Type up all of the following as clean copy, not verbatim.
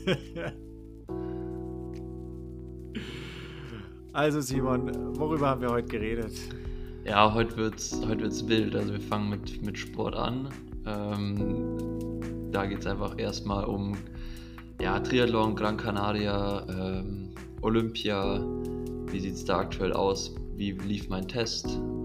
Also Simon, worüber haben wir heute geredet? Ja, heute wird's wild. Also wir fangen mit Sport an. Da geht es einfach erstmal um Triathlon, Gran Canaria, Olympia. Wie sieht es da aktuell aus? Wie lief mein Test?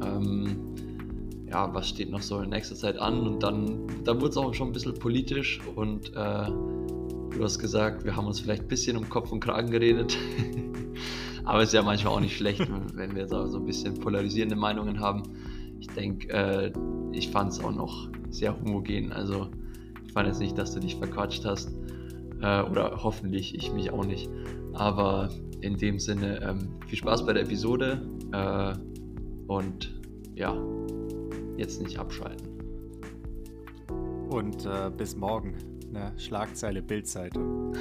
Was steht noch so in nächster Zeit an? Und dann wurde es auch schon ein bisschen politisch und du hast gesagt, wir haben uns vielleicht ein bisschen um Kopf und Kragen geredet. Aber es ist ja manchmal auch nicht schlecht, wenn wir so ein bisschen polarisierende Meinungen haben. Ich denke, ich fand es auch noch sehr homogen. Also ich fand jetzt nicht, dass du dich verquatscht hast. Oder hoffentlich, ich mich auch nicht. Aber in dem Sinne, viel Spaß bei der Episode. Und ja, jetzt nicht abschalten. Und bis morgen. Ne? Schlagzeile Bild-Zeitung.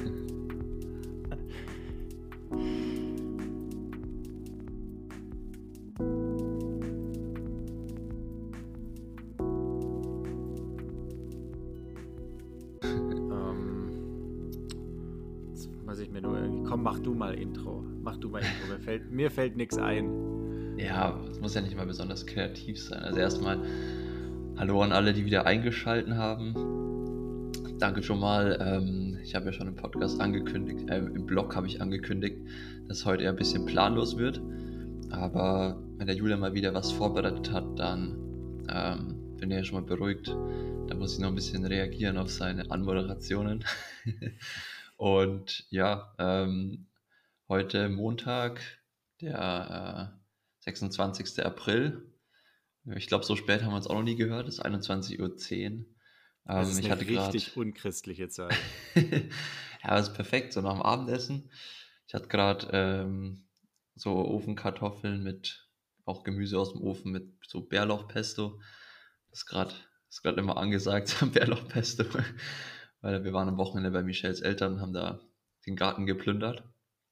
Komm, mach du mal Intro. Mir fällt nichts ein. Ja, es muss ja nicht mal besonders kreativ sein. Also erstmal hallo an alle, die wieder eingeschaltet haben. Danke schon mal. Ich habe ja schon im Podcast angekündigt, im Blog habe ich angekündigt, dass es heute eher ein bisschen planlos wird. Aber wenn der Julian mal wieder was vorbereitet hat, dann bin ich ja schon mal beruhigt. Da muss ich noch ein bisschen reagieren auf seine Anmoderationen. Und ja, heute Montag, der 26. April. Ich glaube, so spät haben wir uns auch noch nie gehört. Es ist 21:10 Uhr. Das ist eine richtig unchristliche Zeit. Ja, das ist perfekt, so nach dem Abendessen. Ich hatte gerade so Ofenkartoffeln mit auch Gemüse aus dem Ofen mit so Bärlauchpesto. Das ist gerade immer angesagt, Bärlauchpesto. Weil wir waren am Wochenende bei Michelles Eltern und haben da den Garten geplündert.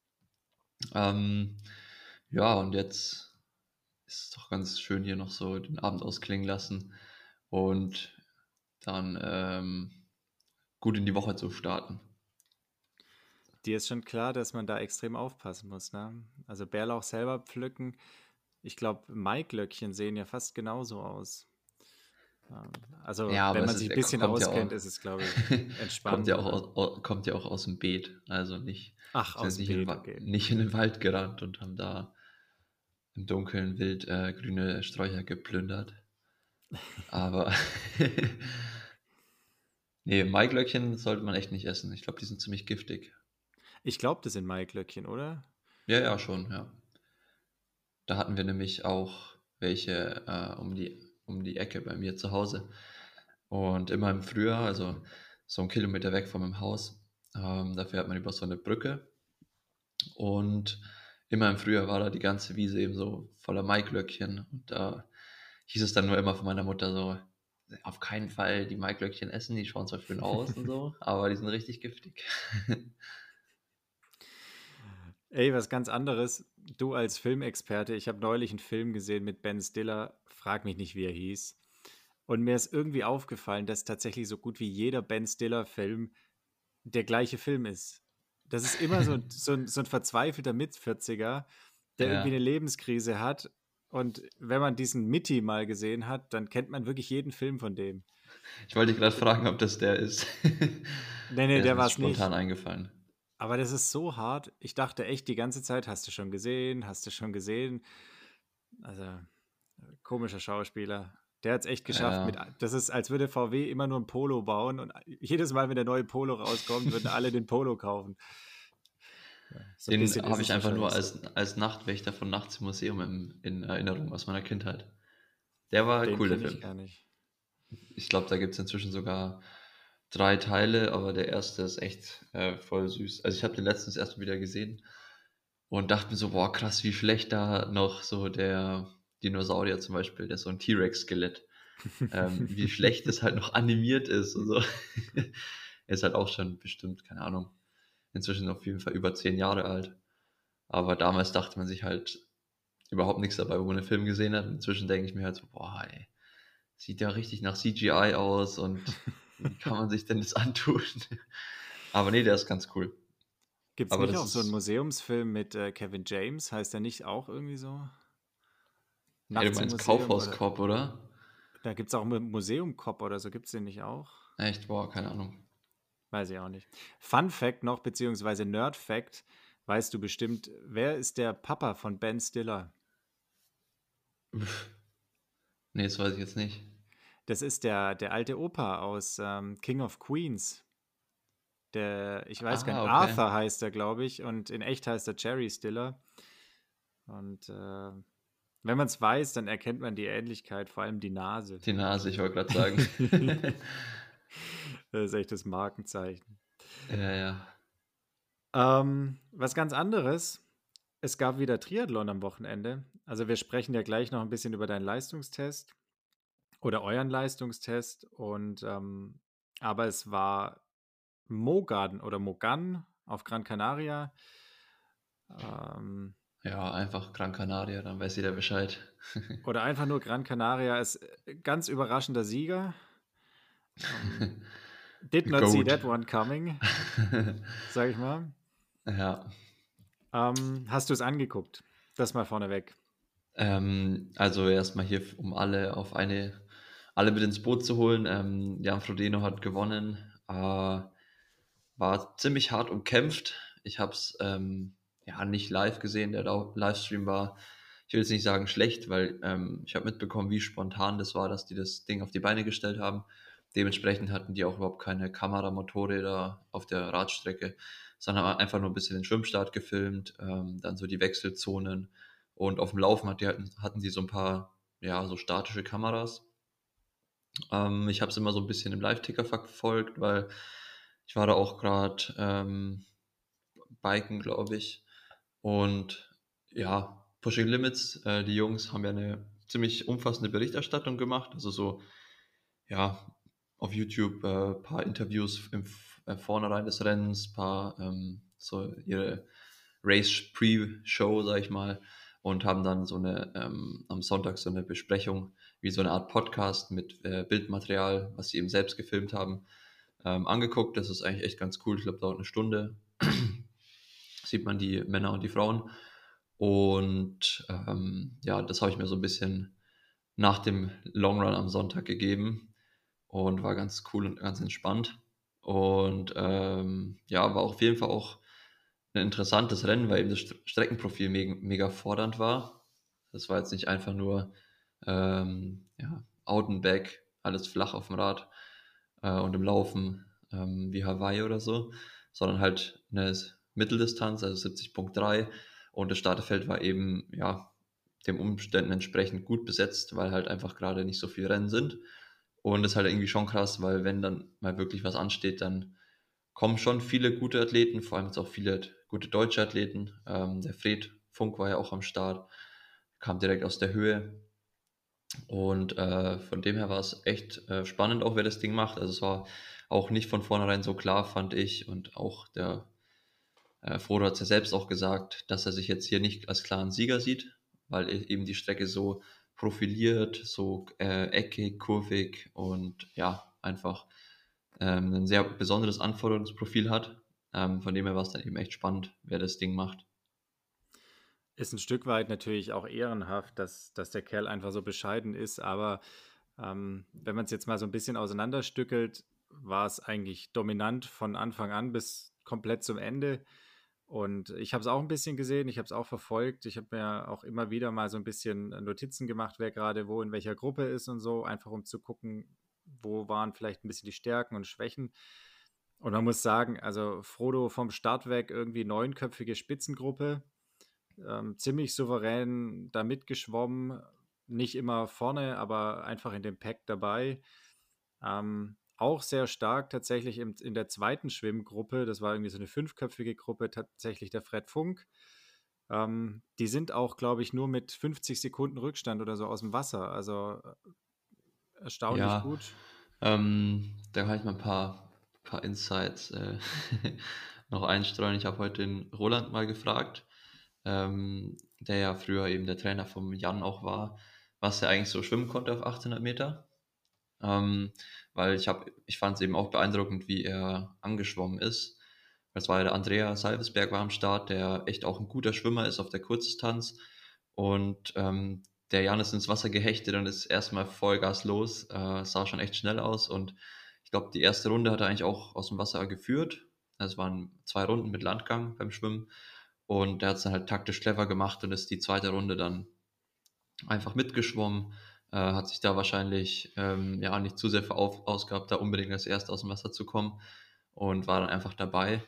Und jetzt ist es doch ganz schön hier noch so den Abend ausklingen lassen und dann gut in die Woche zu starten. Dir ist schon klar, dass man da extrem aufpassen muss, ne? Also Bärlauch selber pflücken. Ich glaube, Maiglöckchen sehen ja fast genauso aus. Also, Ja, aber wenn man sich ein bisschen auskennt, ist es, glaube ich, entspannt. kommt ja auch aus dem Beet, also nicht, Ach, aus dem Beet, okay. nicht in den Wald gerannt und haben da im dunklen Wild grüne Sträucher geplündert. Aber nee, Maiglöckchen sollte man echt nicht essen. Ich glaube, die sind ziemlich giftig. Ich glaube, das sind Maiglöckchen, oder? Ja, schon, ja. Da hatten wir nämlich auch welche um die Ecke bei mir zu Hause. Und immer im Frühjahr, also so 1 Kilometer weg von meinem Haus, da fährt man über so eine Brücke. Und immer im Frühjahr war da die ganze Wiese eben so voller Maiglöckchen. Und da hieß es dann nur immer von meiner Mutter so, auf keinen Fall die Maiglöckchen essen, die schauen zwar schön aus und so, aber die sind richtig giftig. Ey, was ganz anderes. Du als Filmexperte, ich habe neulich einen Film gesehen mit Ben Stiller, frag mich nicht, wie er hieß. Und mir ist irgendwie aufgefallen, dass tatsächlich so gut wie jeder Ben Stiller-Film der gleiche Film ist. Das ist immer so ein verzweifelter Mit-40er, der irgendwie Ja, eine Lebenskrise hat. Und wenn man diesen Mitty mal gesehen hat, dann kennt man wirklich jeden Film von dem. ich wollte gerade fragen, ob das der ist. Nee, Der ist der mir war jetzt es nicht. spontan eingefallen. Aber das ist so hart. Ich dachte echt die ganze Zeit, hast du schon gesehen, hast du schon gesehen. Also, komischer Schauspieler. Der hat es echt geschafft. Ja, Das ist, als würde VW immer nur ein Polo bauen und jedes Mal, wenn der neue Polo rauskommt, würden alle den Polo kaufen. Ja, so ein den bisschen ist habe ich es einfach nur wahrscheinlich so. als Nachtwächter von Nachts im Museum in Erinnerung aus meiner Kindheit. Der war Den cool, der kenne ich Film. gar nicht. Ich glaube, da gibt es inzwischen sogar 3 Teile, aber der erste ist echt voll süß. Also ich habe den letztens erst mal wieder gesehen und dachte mir so, boah, krass, wie schlecht da noch so der Dinosaurier zum Beispiel, der ist so ein T-Rex-Skelett, wie schlecht es halt noch animiert ist und so. Er ist halt auch schon bestimmt, keine Ahnung, inzwischen auf jeden Fall über 10 Jahre alt. Aber damals dachte man sich halt überhaupt nichts dabei, wo man den Film gesehen hat. Inzwischen denke ich mir halt so, boah, ey, sieht ja richtig nach CGI aus und wie kann man sich denn das antun? Aber nee, der ist ganz cool. Gibt es Aber nicht das auch so einen ist, Museumsfilm mit Kevin James? Heißt der nicht auch irgendwie so? hey, du Nachts im meinst Museum oder Kaufhaus-Cop, oder? da gibt es auch einen Museum-Cop oder so. Gibt es den nicht auch? Echt? Boah, keine Ahnung. Weiß ich auch nicht. Fun Fact noch, beziehungsweise Nerd Fact, weißt du bestimmt, wer ist der Papa von Ben Stiller? Pff, nee, das weiß ich jetzt nicht. Das ist der alte Opa aus King of Queens. Ich weiß gar Ah, nicht, okay. Arthur heißt er, glaube ich, und in echt heißt er Jerry Stiller. Und wenn man es weiß, dann erkennt man die Ähnlichkeit, vor allem die Nase. Die Nase, ich wollte gerade sagen. Das ist echt das Markenzeichen. Ja, ja. Was ganz anderes. Es gab wieder Triathlon am Wochenende. Also wir sprechen ja gleich noch ein bisschen über deinen Leistungstest oder euren Leistungstest. Aber es war Mogarden oder Mogan auf Gran Canaria. Ähm, Ja, einfach Gran Canaria, dann weiß jeder Bescheid. oder einfach nur Gran Canaria ist ganz überraschender Sieger. Did The not see Goat. that one coming, sag ich mal. Ja. Hast du es angeguckt? Das mal vorneweg. Also erstmal hier, um alle mit ins Boot zu holen. Jan Frodeno hat gewonnen. War ziemlich hart umkämpft. Ich habe es ja nicht live gesehen. Der Livestream war, ich will jetzt nicht sagen schlecht, weil ich habe mitbekommen, wie spontan das war, dass die das Ding auf die Beine gestellt haben. Dementsprechend hatten die auch überhaupt keine Kameramotorräder auf der Radstrecke, sondern einfach nur ein bisschen den Schwimmstart gefilmt, dann so die Wechselzonen und auf dem Laufen hatten die so ein paar, ja, so statische Kameras. Ich habe es immer so ein bisschen im Live-Ticker verfolgt, weil ich war da auch gerade biken, glaube ich. Und ja, Pushing Limits, die Jungs haben ja eine ziemlich umfassende Berichterstattung gemacht. Also so, ja, auf YouTube paar Interviews im Vornherein des Rennens, paar so ihre Race Pre-Show, sag ich mal, und haben dann so eine am Sonntag so eine Besprechung, wie so eine Art Podcast mit Bildmaterial, was sie eben selbst gefilmt haben, angeguckt. Das ist eigentlich echt ganz cool. Ich glaube, dauert eine Stunde. Sieht man die Männer und die Frauen. Und ja, das habe ich mir so ein bisschen nach dem Long Run am Sonntag gegeben und war ganz cool und ganz entspannt. Und ja, war auf jeden Fall auch ein interessantes Rennen, weil eben das Streckenprofil mega fordernd war. Das war jetzt nicht einfach nur ja, out and back, alles flach auf dem Rad und im Laufen wie Hawaii oder so, sondern halt eine Mitteldistanz, also 70,3, und das Starterfeld war eben ja den Umständen entsprechend gut besetzt, weil halt einfach gerade nicht so viele Rennen sind. Und das ist halt irgendwie schon krass, weil wenn dann mal wirklich was ansteht, dann kommen schon viele gute Athleten, vor allem jetzt auch viele gute deutsche Athleten. Der Fred Funk war ja auch am Start, kam direkt aus der Höhe. Und von dem her war es echt spannend, auch wer das Ding macht. Also es war auch nicht von vornherein so klar, fand ich. Und auch der Frodo hat es ja selbst auch gesagt, dass er sich jetzt hier nicht als klaren Sieger sieht, weil eben die Strecke so profiliert, so eckig, kurvig und ja, einfach ein sehr besonderes Anforderungsprofil hat. Von dem her war es dann eben echt spannend, wer das Ding macht. Ist ein Stück weit natürlich auch ehrenhaft, dass der Kerl einfach so bescheiden ist, aber wenn man es jetzt mal so ein bisschen auseinanderstückelt, war es eigentlich dominant von Anfang an bis komplett zum Ende. Und ich habe es auch ein bisschen gesehen, ich habe es auch verfolgt. Ich habe mir auch immer wieder mal so ein bisschen Notizen gemacht, wer gerade wo in welcher Gruppe ist und so, einfach um zu gucken, wo waren vielleicht ein bisschen die Stärken und Schwächen. Und man muss sagen, also Frodo vom Start weg irgendwie neunköpfige Spitzengruppe, ziemlich souverän da mitgeschwommen, nicht immer vorne, aber einfach in dem Pack dabei. Auch sehr stark tatsächlich in der zweiten Schwimmgruppe, das war irgendwie so eine fünfköpfige Gruppe, tatsächlich der Fred Funk. Die sind auch, glaube ich, nur mit 50 Sekunden Rückstand oder so aus dem Wasser. Also erstaunlich Ja, gut. da kann ich mal paar Insights noch einstreuen. Ich habe heute den Roland mal gefragt, der ja früher eben der Trainer vom Jan auch war, was er eigentlich so schwimmen konnte auf 1800 Meter. Ähm, Weil ich fand es eben auch beeindruckend, wie er angeschwommen ist. Das war ja der Andrea Salvesberg war am Start, der echt auch ein guter Schwimmer ist auf der Kurzdistanz. Und der Jan ist ins Wasser gehechtet und ist erstmal Vollgas los. Sah schon echt schnell aus. Und ich glaube, die erste Runde hat er eigentlich auch aus dem Wasser geführt. Es waren 2 Runden mit Landgang beim Schwimmen. Und der hat es dann halt taktisch clever gemacht und ist die zweite Runde dann einfach mitgeschwommen. Hat sich da wahrscheinlich ja nicht zu sehr ausgehabt, da unbedingt als Erster aus dem Wasser zu kommen und war dann einfach dabei.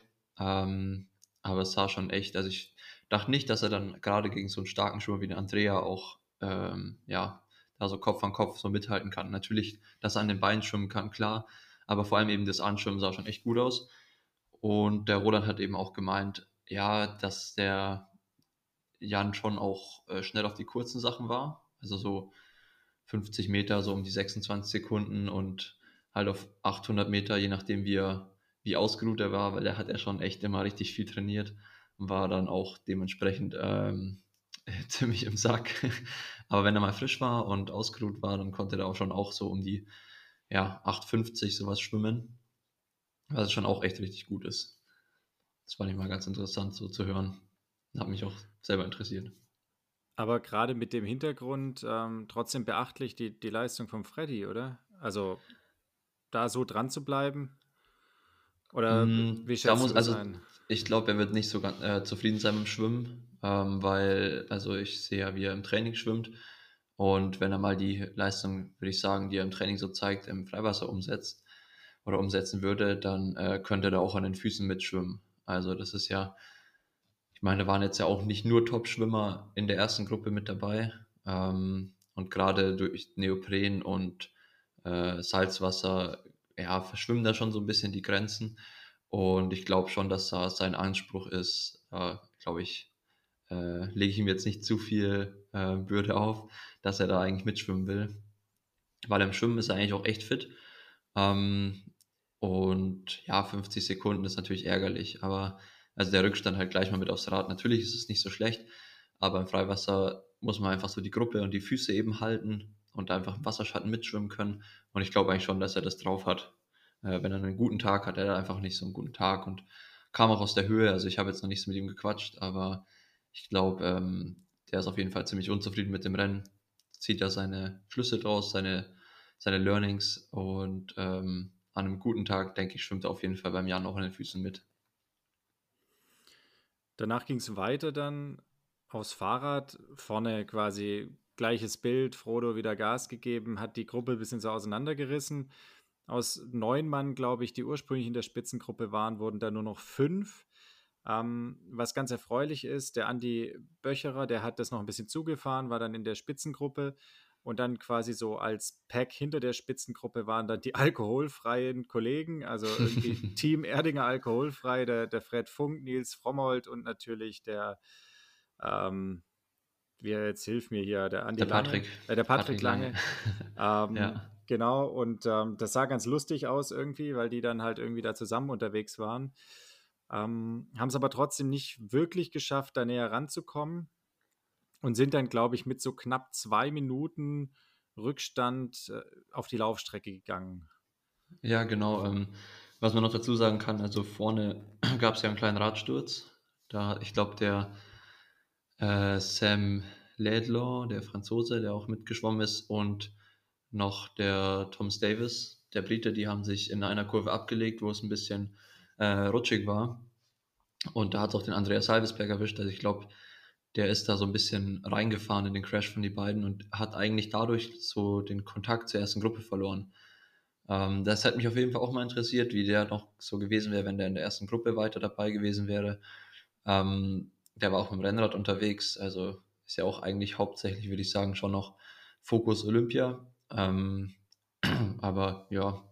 Aber es sah schon echt, also ich dachte nicht, dass er dann gerade gegen so einen starken Schwimmer wie den Andrea auch ja, da so Kopf an Kopf so mithalten kann. Natürlich, dass er an den Beinen schwimmen kann, klar, aber vor allem eben das Anschwimmen sah schon echt gut aus. Und der Roland hat eben auch gemeint, ja, dass der Jan schon auch schnell auf die kurzen Sachen war. Also so 50 Meter, so um die 26 Sekunden und halt auf 800 Meter, je nachdem wie ausgeruht er war, weil er hat ja schon echt immer richtig viel trainiert und war dann auch dementsprechend ziemlich im Sack. Aber wenn er mal frisch war und ausgeruht war, dann konnte er auch schon auch so um die ja, 8,50 sowas schwimmen, was schon auch echt richtig gut ist. Das fand ich mal ganz interessant so zu hören. Hat mich auch selber interessiert. Aber gerade mit dem Hintergrund trotzdem beachtlich die Leistung von Freddy, oder? Also da so dran zu bleiben? Oder wie Da schätzt du muss, das also ein? ich glaube, er wird nicht so ganz zufrieden sein mit dem Schwimmen, weil, also ich sehe ja, wie er im Training schwimmt. Und wenn er mal die Leistung, würde ich sagen, die er im Training so zeigt, im Freiwasser umsetzt oder umsetzen würde, dann könnte er da auch an den Füßen mitschwimmen. Also das ist ja, ich meine, da waren jetzt ja auch nicht nur Top-Schwimmer in der ersten Gruppe mit dabei. Und gerade durch Neopren und Salzwasser, ja, verschwimmen da schon so ein bisschen die Grenzen. Und ich glaube schon, dass da sein Anspruch ist, glaube ich, lege ich ihm jetzt nicht zu viel Bürde auf, dass er da eigentlich mitschwimmen will. Weil im Schwimmen ist er eigentlich auch echt fit. Ähm, und ja, 50 Sekunden ist natürlich ärgerlich, aber also der Rückstand halt gleich mal mit aufs Rad. Natürlich ist es nicht so schlecht, aber im Freiwasser muss man einfach so die Gruppe und die Füße eben halten und einfach im Wasserschatten mitschwimmen können. Und ich glaube eigentlich schon, dass er das drauf hat. Wenn er einen guten Tag hat, er hat einfach nicht so einen guten Tag und kam auch aus der Höhe. Also ich habe jetzt noch nichts mit ihm gequatscht, aber ich glaube, der ist auf jeden Fall ziemlich unzufrieden mit dem Rennen. Zieht da seine Schlüsse draus, seine Learnings und an einem guten Tag, denke ich, schwimmt er auf jeden Fall beim Jan auch an den Füßen mit. Danach ging es weiter dann aufs Fahrrad, vorne quasi gleiches Bild, Frodo wieder Gas gegeben, hat die Gruppe ein bisschen so auseinandergerissen. Aus 9 Mann, glaube ich, die ursprünglich in der Spitzengruppe waren, wurden dann nur noch 5. Was ganz erfreulich ist, der Andi Böcherer, der hat das noch ein bisschen zugefahren, war dann in der Spitzengruppe und dann quasi so als Pack hinter der Spitzengruppe waren dann die alkoholfreien Kollegen, also irgendwie Team Erdinger alkoholfrei, der Fred Funk, Nils Frommold und natürlich ähm, jetzt hilf mir hier, der Andi Der Lange, Patrick, der Patrick Patrick Lange. Lange. Ja. Genau, und das sah ganz lustig aus irgendwie, weil die dann halt irgendwie da zusammen unterwegs waren. Haben es aber trotzdem nicht wirklich geschafft, da näher ranzukommen und sind dann, glaube ich, mit so knapp 2 Minuten Rückstand auf die Laufstrecke gegangen. Ja, genau. Was man noch dazu sagen kann, also vorne gab es ja einen kleinen Radsturz. Da, ich glaube, der Sam Laidlaw, der Franzose, der auch mitgeschwommen ist, und noch der Thomas Davis, der Brite, die haben sich in einer Kurve abgelegt, wo es ein bisschen rutschig war. Und da hat es auch den Andreas Salvesberg erwischt. Also ich glaube, der ist da so ein bisschen reingefahren in den Crash von die beiden und hat eigentlich dadurch so den Kontakt zur ersten Gruppe verloren. Das hat mich auf jeden Fall auch mal interessiert, wie der noch so gewesen wäre, wenn der in der ersten Gruppe weiter dabei gewesen wäre. Der war auch mit dem Rennrad unterwegs, also ist ja auch eigentlich hauptsächlich, würde ich sagen, schon noch Fokus Olympia. Aber ja,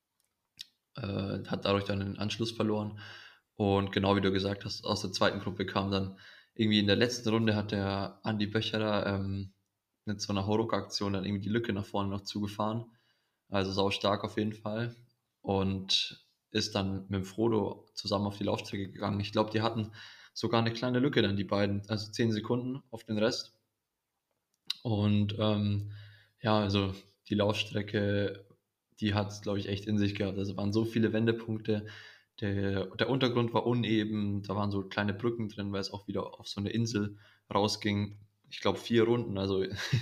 hat dadurch dann den Anschluss verloren. Und genau wie du gesagt hast, aus der zweiten Gruppe kam dann irgendwie in der letzten Runde hat der Andi Böcherer mit so einer Horoka-Aktion dann irgendwie die Lücke nach vorne noch zugefahren. Also sau stark auf jeden Fall. Und ist dann mit dem Frodo zusammen auf die Laufstrecke gegangen. Ich glaube, die hatten sogar eine kleine Lücke dann, die beiden, also 10 Sekunden auf den Rest. Und ja, also die Laufstrecke, die hat es, glaube ich, echt in sich gehabt. Also waren so viele Wendepunkte. Der Untergrund war uneben, da waren so kleine Brücken drin, weil es auch wieder auf so eine Insel rausging. Ich glaube 4 Runden, also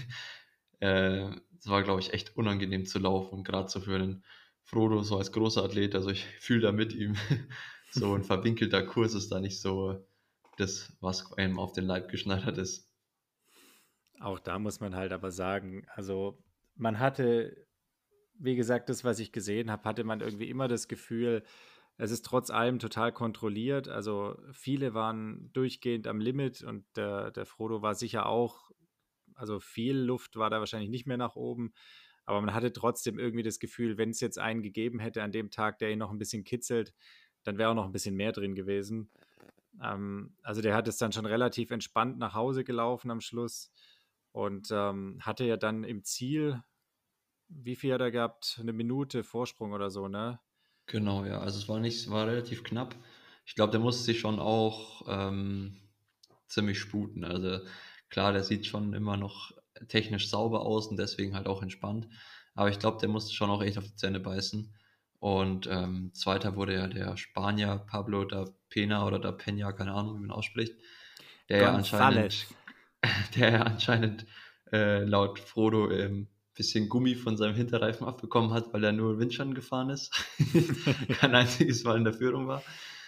es war, glaube ich, echt unangenehm zu laufen, gerade so für einen Frodo, so als großer Athlet, also ich fühle da mit ihm. So ein verwinkelter Kurs ist da nicht so das, was einem auf den Leib geschneidert ist. Auch da muss man halt aber sagen, also man hatte, wie gesagt, das, was ich gesehen habe, hatte man irgendwie immer das Gefühl, es ist trotz allem total kontrolliert. Also viele waren durchgehend am Limit und der Frodo war sicher auch, also viel Luft war da wahrscheinlich nicht mehr nach oben. Aber man hatte trotzdem irgendwie das Gefühl, wenn es jetzt einen gegeben hätte an dem Tag, der ihn noch ein bisschen kitzelt, dann wäre auch noch ein bisschen mehr drin gewesen. Also der hat es dann schon relativ entspannt nach Hause gelaufen am Schluss und hatte ja dann im Ziel, wie viel hat er gehabt? Eine Minute Vorsprung oder so, ne? Genau, ja. Also es war relativ knapp. Ich glaube, der musste sich schon auch ziemlich sputen. Also klar, der sieht schon immer noch technisch sauber aus und deswegen halt auch entspannt. Aber ich glaube, der musste schon auch echt auf die Zähne beißen. Und Zweiter wurde ja der Spanier Pablo da Pena oder da Peña, keine Ahnung, wie man ausspricht, der ja anscheinend, González. der ja anscheinend laut Frodo bisschen Gummi von seinem Hinterreifen abbekommen hat, weil er nur Windschatten gefahren ist. Kein einziges Mal in der Führung war.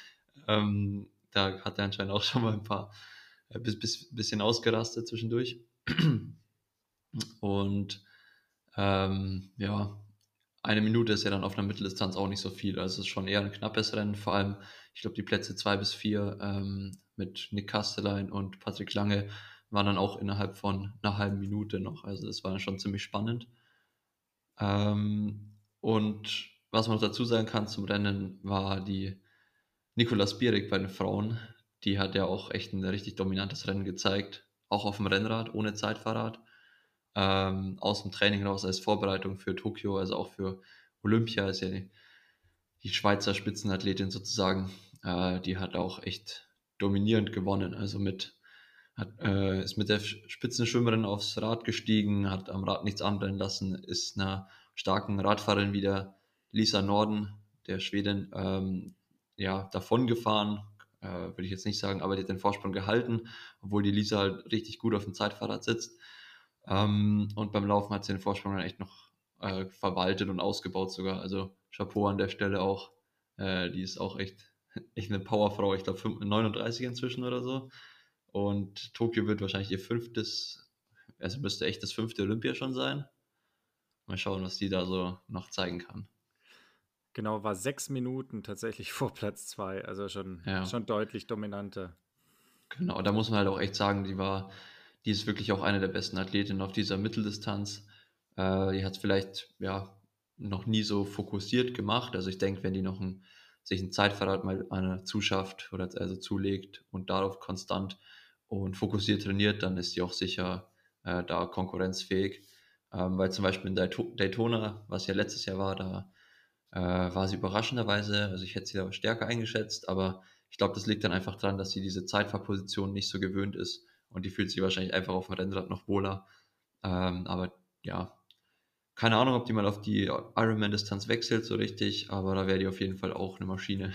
Da hat er anscheinend auch schon mal ein paar bisschen ausgerastet zwischendurch. Und ja, 1 Minute ist ja dann auf einer Mitteldistanz auch nicht so viel. Also es ist schon eher ein knappes Rennen. Vor allem, ich glaube, die Plätze 2 bis 4 mit Nick Kastelein und Patrick Lange waren dann auch innerhalb von einer halben Minute noch. Also das war dann schon ziemlich spannend. Und was man noch dazu sagen kann zum Rennen, war die Nicola Spierig bei den Frauen. Die hat ja auch echt ein richtig dominantes Rennen gezeigt. Auch auf dem Rennrad, ohne Zeitfahrrad. Aus dem Training raus als Vorbereitung für Tokio, also auch für Olympia, ist ja die Schweizer Spitzenathletin sozusagen. Die hat auch echt dominierend gewonnen. Also ist mit der Spitzenschwimmerin aufs Rad gestiegen, hat am Rad nichts anbrennen lassen, ist einer starken Radfahrerin wie der Lisa Norden, der Schwedin, ja, davon gefahren, würde ich jetzt nicht sagen, aber die hat den Vorsprung gehalten, obwohl die Lisa halt richtig gut auf dem Zeitfahrrad sitzt. Und beim Laufen hat sie den Vorsprung dann echt noch verwaltet und ausgebaut sogar. Also Chapeau an der Stelle auch. Die ist auch echt eine Powerfrau. Ich glaube 39 inzwischen oder so. Und Tokio wird wahrscheinlich ihr fünftes, also müsste echt das 5. Olympia schon sein. Mal schauen, was die da so noch zeigen kann. Genau, war 6 Minuten tatsächlich vor Platz 2, also Ja, schon deutlich dominanter. genau. Da muss man halt auch echt sagen, die ist wirklich auch eine der besten Athletinnen auf dieser Mitteldistanz. Die hat es vielleicht, ja, noch nie so fokussiert gemacht. Also ich denke, wenn die sich ein Zeitfahrrad mal zuschafft oder also zulegt und darauf konstant und fokussiert trainiert, dann ist sie auch sicher da konkurrenzfähig. Weil zum Beispiel in Daytona, was ja letztes Jahr war, da war sie überraschenderweise, also ich hätte sie aber stärker eingeschätzt, aber ich glaube, das liegt dann einfach daran, dass sie diese Zeitfahrposition nicht so gewöhnt ist und die fühlt sich wahrscheinlich einfach auf dem Rennrad noch wohler. Aber ja, keine Ahnung, ob die mal auf die Ironman-Distanz wechselt so richtig, aber da wäre die auf jeden Fall auch eine Maschine.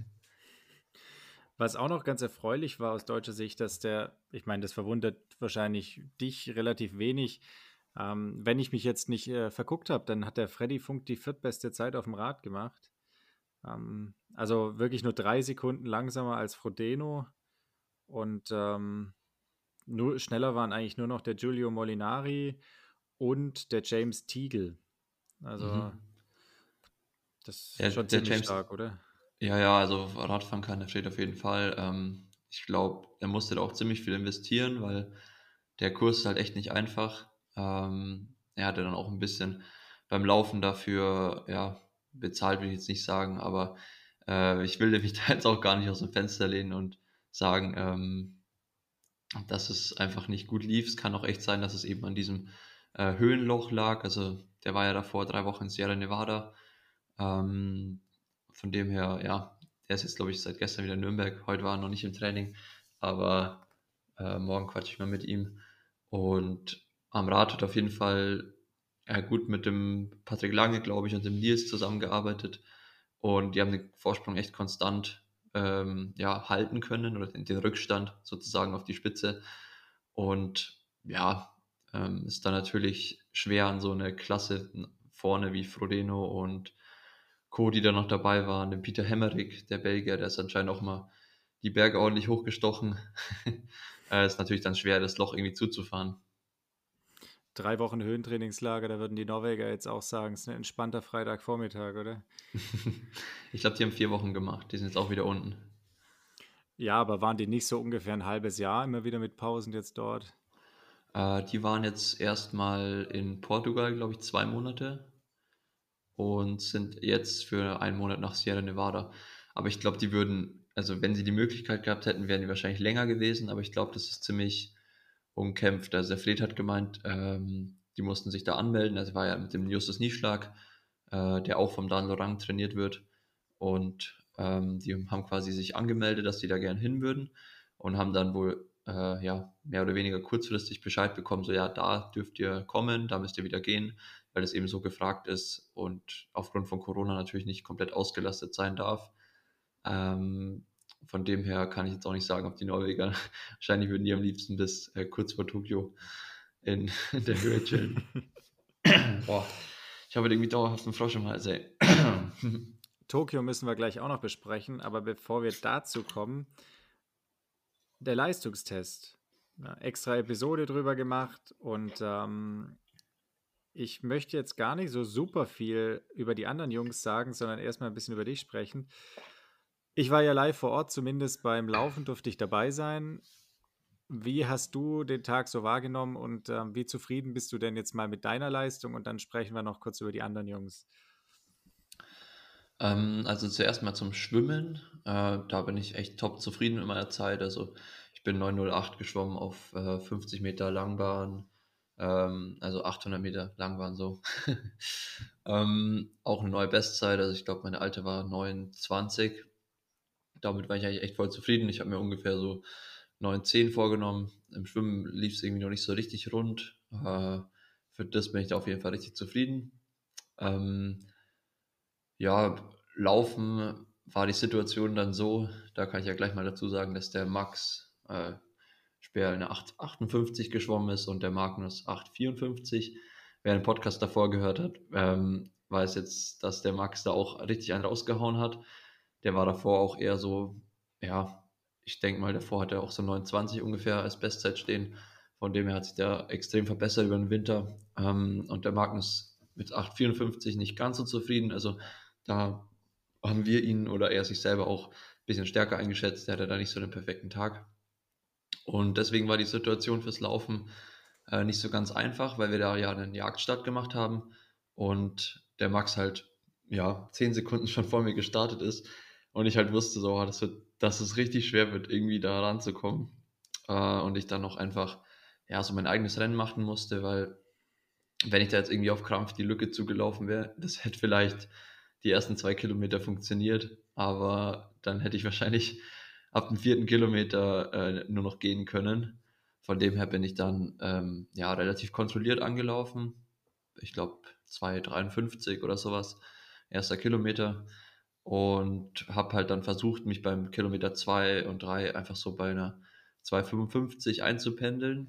Was auch noch ganz erfreulich war aus deutscher Sicht, dass ich meine, das verwundert wahrscheinlich dich relativ wenig. Wenn ich mich jetzt nicht verguckt habe, dann hat der Freddy Funk die viertbeste Zeit auf dem Rad gemacht. Also wirklich nur 3 Sekunden langsamer als Frodeno. Und nur schneller waren eigentlich nur noch der Giulio Molinari und der James Teagle. Also Mhm. das ist schon Der ziemlich James, stark, oder? ja, ja, also Radfahren kann der steht auf jeden Fall. Ich glaube, er musste da auch ziemlich viel investieren, weil der Kurs ist halt echt nicht einfach. Er hatte dann auch ein bisschen beim Laufen dafür, ja, bezahlt will ich jetzt nicht sagen, aber ich will mich da jetzt auch gar nicht aus dem Fenster lehnen und sagen, dass es einfach nicht gut lief. Es kann auch echt sein, dass es eben an diesem Höhenloch lag. Also der war ja davor 3 Wochen in Sierra Nevada. Ähm, von dem her, ja, der ist jetzt, glaube ich, seit gestern wieder in Nürnberg. Heute war er noch nicht im Training, aber morgen quatsche ich mal mit ihm. Und am Rad hat auf jeden Fall gut mit dem Patrick Lange, glaube ich, und dem Nils zusammengearbeitet. und die haben den Vorsprung echt konstant ja, halten können oder den Rückstand sozusagen auf die Spitze. Und ja, ist dann natürlich schwer an so eine Klasse vorne wie Frodeno und Co., die da noch dabei waren, den Peter Hemmerich, der Belgier, der ist anscheinend auch mal die Berge ordentlich hochgestochen. Ist natürlich dann schwer, das Loch irgendwie zuzufahren. 3 Wochen Höhentrainingslager, da würden die Norweger jetzt auch sagen, es ist ein entspannter Freitagvormittag, oder? Ich glaube, die haben 4 Wochen gemacht. Die sind jetzt auch wieder unten. Ja, aber waren die nicht so ungefähr ein halbes Jahr immer wieder mit Pausen jetzt dort? Die waren jetzt erstmal in Portugal, glaube ich, 2 Monate und sind jetzt für einen Monat nach Sierra Nevada. Aber ich glaube, die würden, also wenn sie die Möglichkeit gehabt hätten, wären die wahrscheinlich länger gewesen. Aber ich glaube, das ist ziemlich umkämpft. Also der Fred hat gemeint, die mussten sich da anmelden. Also war ja mit dem Justus Nieschlag, der auch vom Dan Lorang trainiert wird. Und die haben quasi sich angemeldet, dass die da gern hin würden und haben dann wohl ja, mehr oder weniger kurzfristig Bescheid bekommen, so ja, da dürft ihr kommen, da müsst ihr wieder gehen, weil es eben so gefragt ist und aufgrund von Corona natürlich nicht komplett ausgelastet sein darf. Ähm, von dem her kann ich jetzt auch nicht sagen, ob die Norweger, wahrscheinlich würden die am liebsten bis kurz vor Tokio in der Höhe chillen. Boah, ich habe irgendwie dauerhaft einen Frosch im Hals, ey. Tokio müssen wir gleich auch noch besprechen, aber bevor wir dazu kommen, der Leistungstest. Ja, extra Episode drüber gemacht und ich möchte jetzt gar nicht so super viel über die anderen Jungs sagen, sondern erstmal ein bisschen über dich sprechen. Ich war ja live vor Ort, zumindest beim Laufen durfte ich dabei sein. Wie hast du den Tag so wahrgenommen und wie zufrieden bist du denn jetzt mal mit deiner Leistung? Und dann sprechen wir noch kurz über die anderen Jungs. Also zuerst mal zum Schwimmen. Da bin ich echt top zufrieden mit meiner Zeit. Also ich bin 9,08 geschwommen auf 50 Meter Langbahn, also 800 Meter Langbahn so. Auch eine neue Bestzeit. Also ich glaube, meine alte war 9,20. Damit war ich eigentlich echt voll zufrieden. Ich habe mir ungefähr so 9,10 vorgenommen. Im Schwimmen lief es irgendwie noch nicht so richtig rund. Für das bin ich da auf jeden Fall richtig zufrieden. Ähm, ja, Laufen war die Situation dann so, da kann ich ja gleich mal dazu sagen, dass der Max Speer eine 8,58 geschwommen ist und der Magnus 8,54. Wer den Podcast davor gehört hat, weiß jetzt, dass der Max da auch richtig einen rausgehauen hat. Der war davor auch eher so, ja, ich denke mal, davor hat er auch so 29 ungefähr als Bestzeit stehen. Von dem her hat sich der extrem verbessert über den Winter. Und der Magnus mit 8,54 nicht ganz so zufrieden. Also da haben wir ihn oder er sich selber auch ein bisschen stärker eingeschätzt. Der hatte da nicht so einen perfekten Tag. Und deswegen war die Situation fürs Laufen nicht so ganz einfach, weil wir da ja einen Jagdstart gemacht haben und der Max halt ja 10 Sekunden schon vor mir gestartet ist und ich halt wusste so, dass es richtig schwer wird, irgendwie da ranzukommen. Und ich dann noch einfach ja so mein eigenes Rennen machen musste, weil wenn ich da jetzt irgendwie auf Krampf die Lücke zugelaufen wäre, das hätte vielleicht die ersten 2 Kilometer funktioniert, aber dann hätte ich wahrscheinlich ab dem 4. Kilometer nur noch gehen können. Von dem her bin ich dann ja relativ kontrolliert angelaufen. Ich glaube 2,53 oder sowas, erster Kilometer. Und habe halt dann versucht, mich beim Kilometer 2 und 3 einfach so bei einer 2,55 einzupendeln.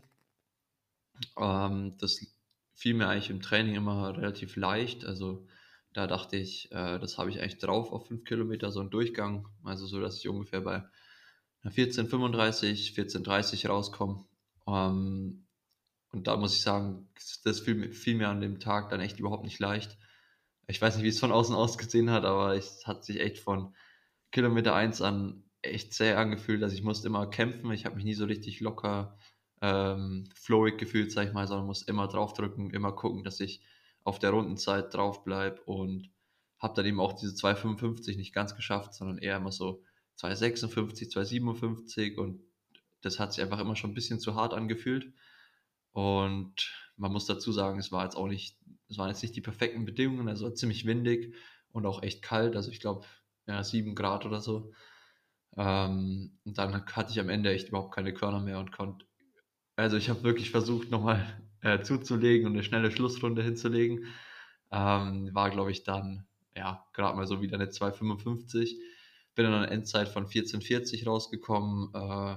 Das fiel mir eigentlich im Training immer relativ leicht. Also da dachte ich, das habe ich eigentlich drauf auf 5 Kilometer, so ein Durchgang. Also so, dass ich ungefähr bei einer 14,35, 14,30 rauskomme. Und da muss ich sagen, das fiel mir an dem Tag dann echt überhaupt nicht leicht. Ich weiß nicht, wie es von außen ausgesehen hat, aber es hat sich echt von Kilometer 1 an echt zäh angefühlt. Also ich musste immer kämpfen. Ich habe mich nie so richtig locker flowig gefühlt, sag ich mal, sondern muss immer draufdrücken, immer gucken, dass ich auf der Rundenzeit drauf bleibe und habe dann eben auch diese 2,55 nicht ganz geschafft, sondern eher immer so 2,56, 2,57 und das hat sich einfach immer schon ein bisschen zu hart angefühlt. Und man muss dazu sagen, es waren jetzt nicht die perfekten Bedingungen, also ziemlich windig und auch echt kalt, also ich glaube, ja, 7 Grad oder so. Und dann hatte ich am Ende echt überhaupt keine Körner mehr und konnte, also ich habe wirklich versucht, nochmal zuzulegen und eine schnelle Schlussrunde hinzulegen. War, glaube ich, dann ja, gerade mal so wieder eine 2,55. Bin dann an einer Endzeit von 14,40 rausgekommen.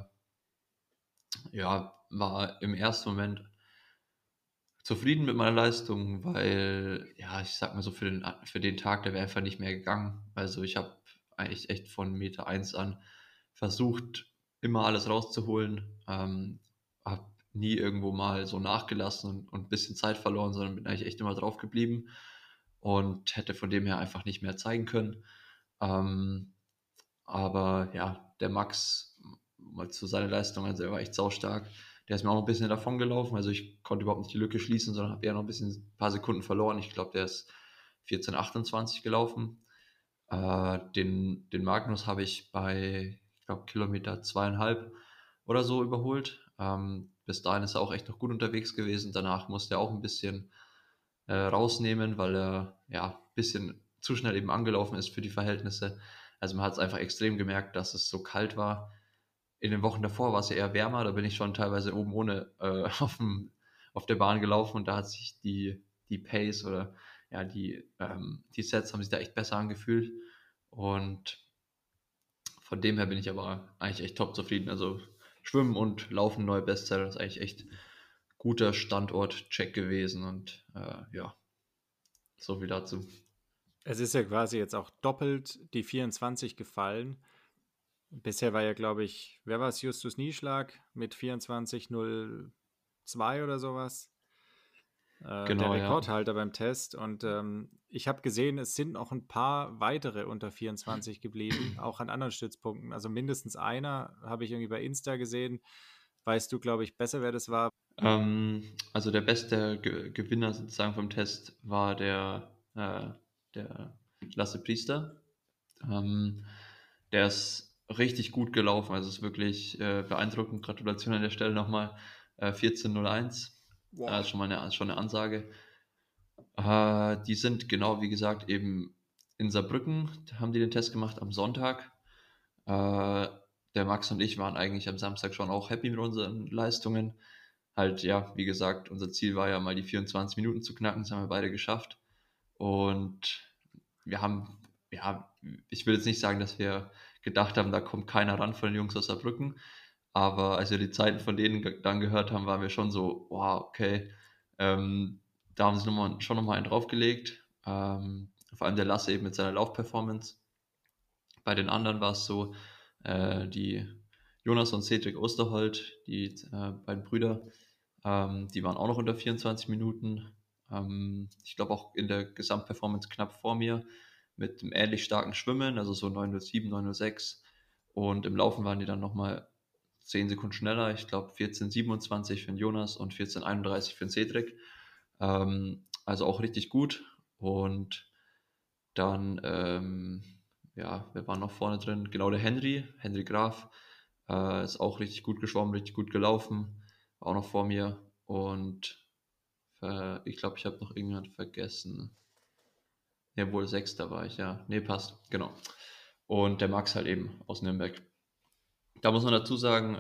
Ja, war im ersten Moment zufrieden mit meiner Leistung, weil, ja, ich sag mal so, für den Tag, der wäre einfach nicht mehr gegangen. Also ich habe eigentlich echt von Meter eins an versucht, immer alles rauszuholen. Habe nie irgendwo mal so nachgelassen und ein bisschen Zeit verloren, sondern bin eigentlich echt immer drauf geblieben und hätte von dem her einfach nicht mehr zeigen können. Ähm, aber ja, der Max, mal zu seiner Leistung, also er war echt saustark. Der ist mir auch noch ein bisschen davon gelaufen. Also ich konnte überhaupt nicht die Lücke schließen, sondern habe eher noch ein paar Sekunden verloren. Ich glaube, der ist 14,28 gelaufen. Den Magnus habe ich bei, ich glaube, Kilometer 2,5 oder so überholt. Bis dahin ist er auch echt noch gut unterwegs gewesen. Danach musste er auch ein bisschen rausnehmen, weil er ja ein bisschen zu schnell eben angelaufen ist für die Verhältnisse. Also man hat es einfach extrem gemerkt, dass es so kalt war. In den Wochen davor war es ja eher wärmer, da bin ich schon teilweise oben ohne auf der Bahn gelaufen und da hat sich die Pace oder ja, die Sets haben sich da echt besser angefühlt. Und von dem her bin ich aber eigentlich echt top zufrieden. Also Schwimmen und Laufen neue Bestseller, das ist eigentlich echt guter Standort-Check gewesen und ja, so viel dazu. Es ist ja quasi jetzt auch doppelt die 24 gefallen. Bisher war ja, glaube ich, wer war es? Justus Nieschlag mit 24,02 oder sowas. Der Genau, ja. Rekordhalter beim Test. Und ich habe gesehen, es sind noch ein paar weitere unter 24 geblieben, auch an anderen Stützpunkten. Also mindestens einer habe ich irgendwie bei Insta gesehen. Weißt du, glaube ich, besser, wer das war? Also der beste Gewinner sozusagen vom Test war der Lasse Priester. Ähm, Der ist richtig gut gelaufen, also ist wirklich beeindruckend. Gratulation an der Stelle nochmal. 14,01. Boah. Schon eine Ansage. Die sind genau, wie gesagt, eben in Saarbrücken, da haben die den Test gemacht am Sonntag. Äh, Der Max und ich waren eigentlich am Samstag schon auch happy mit unseren Leistungen. Halt, ja, wie gesagt, unser Ziel war ja mal die 24 Minuten zu knacken, das haben wir beide geschafft. Und wir haben, ja, ich will jetzt nicht sagen, dass wir gedacht haben, da kommt keiner ran von den Jungs aus Saarbrücken. Aber als wir die Zeiten von denen dann gehört haben, waren wir schon so, wow, okay. Ähm, Da haben sie schon nochmal einen draufgelegt. Vor allem der Lasse eben mit seiner Laufperformance. Bei den anderen war es so, die Jonas und Cedric Osterholt, die beiden Brüder, die waren auch noch unter 24 Minuten. Ich glaube auch in der Gesamtperformance knapp vor mir mit einem ähnlich starken Schwimmen, also so 9,07, 9,06. Und im Laufen waren die dann nochmal 10 Sekunden schneller. Ich glaube 14,27 für den Jonas und 14,31 für den Cedric. Also auch richtig gut. Und dann, ja, wer war noch vorne drin? Genau, der Henry Graf, ist auch richtig gut geschwommen, richtig gut gelaufen, war auch noch vor mir. Und ich glaube, ich habe noch irgendjemand vergessen. Ja, wohl Sechster war ich, ja. Nee, passt, genau. Und der Max halt eben aus Nürnberg. Da muss man dazu sagen,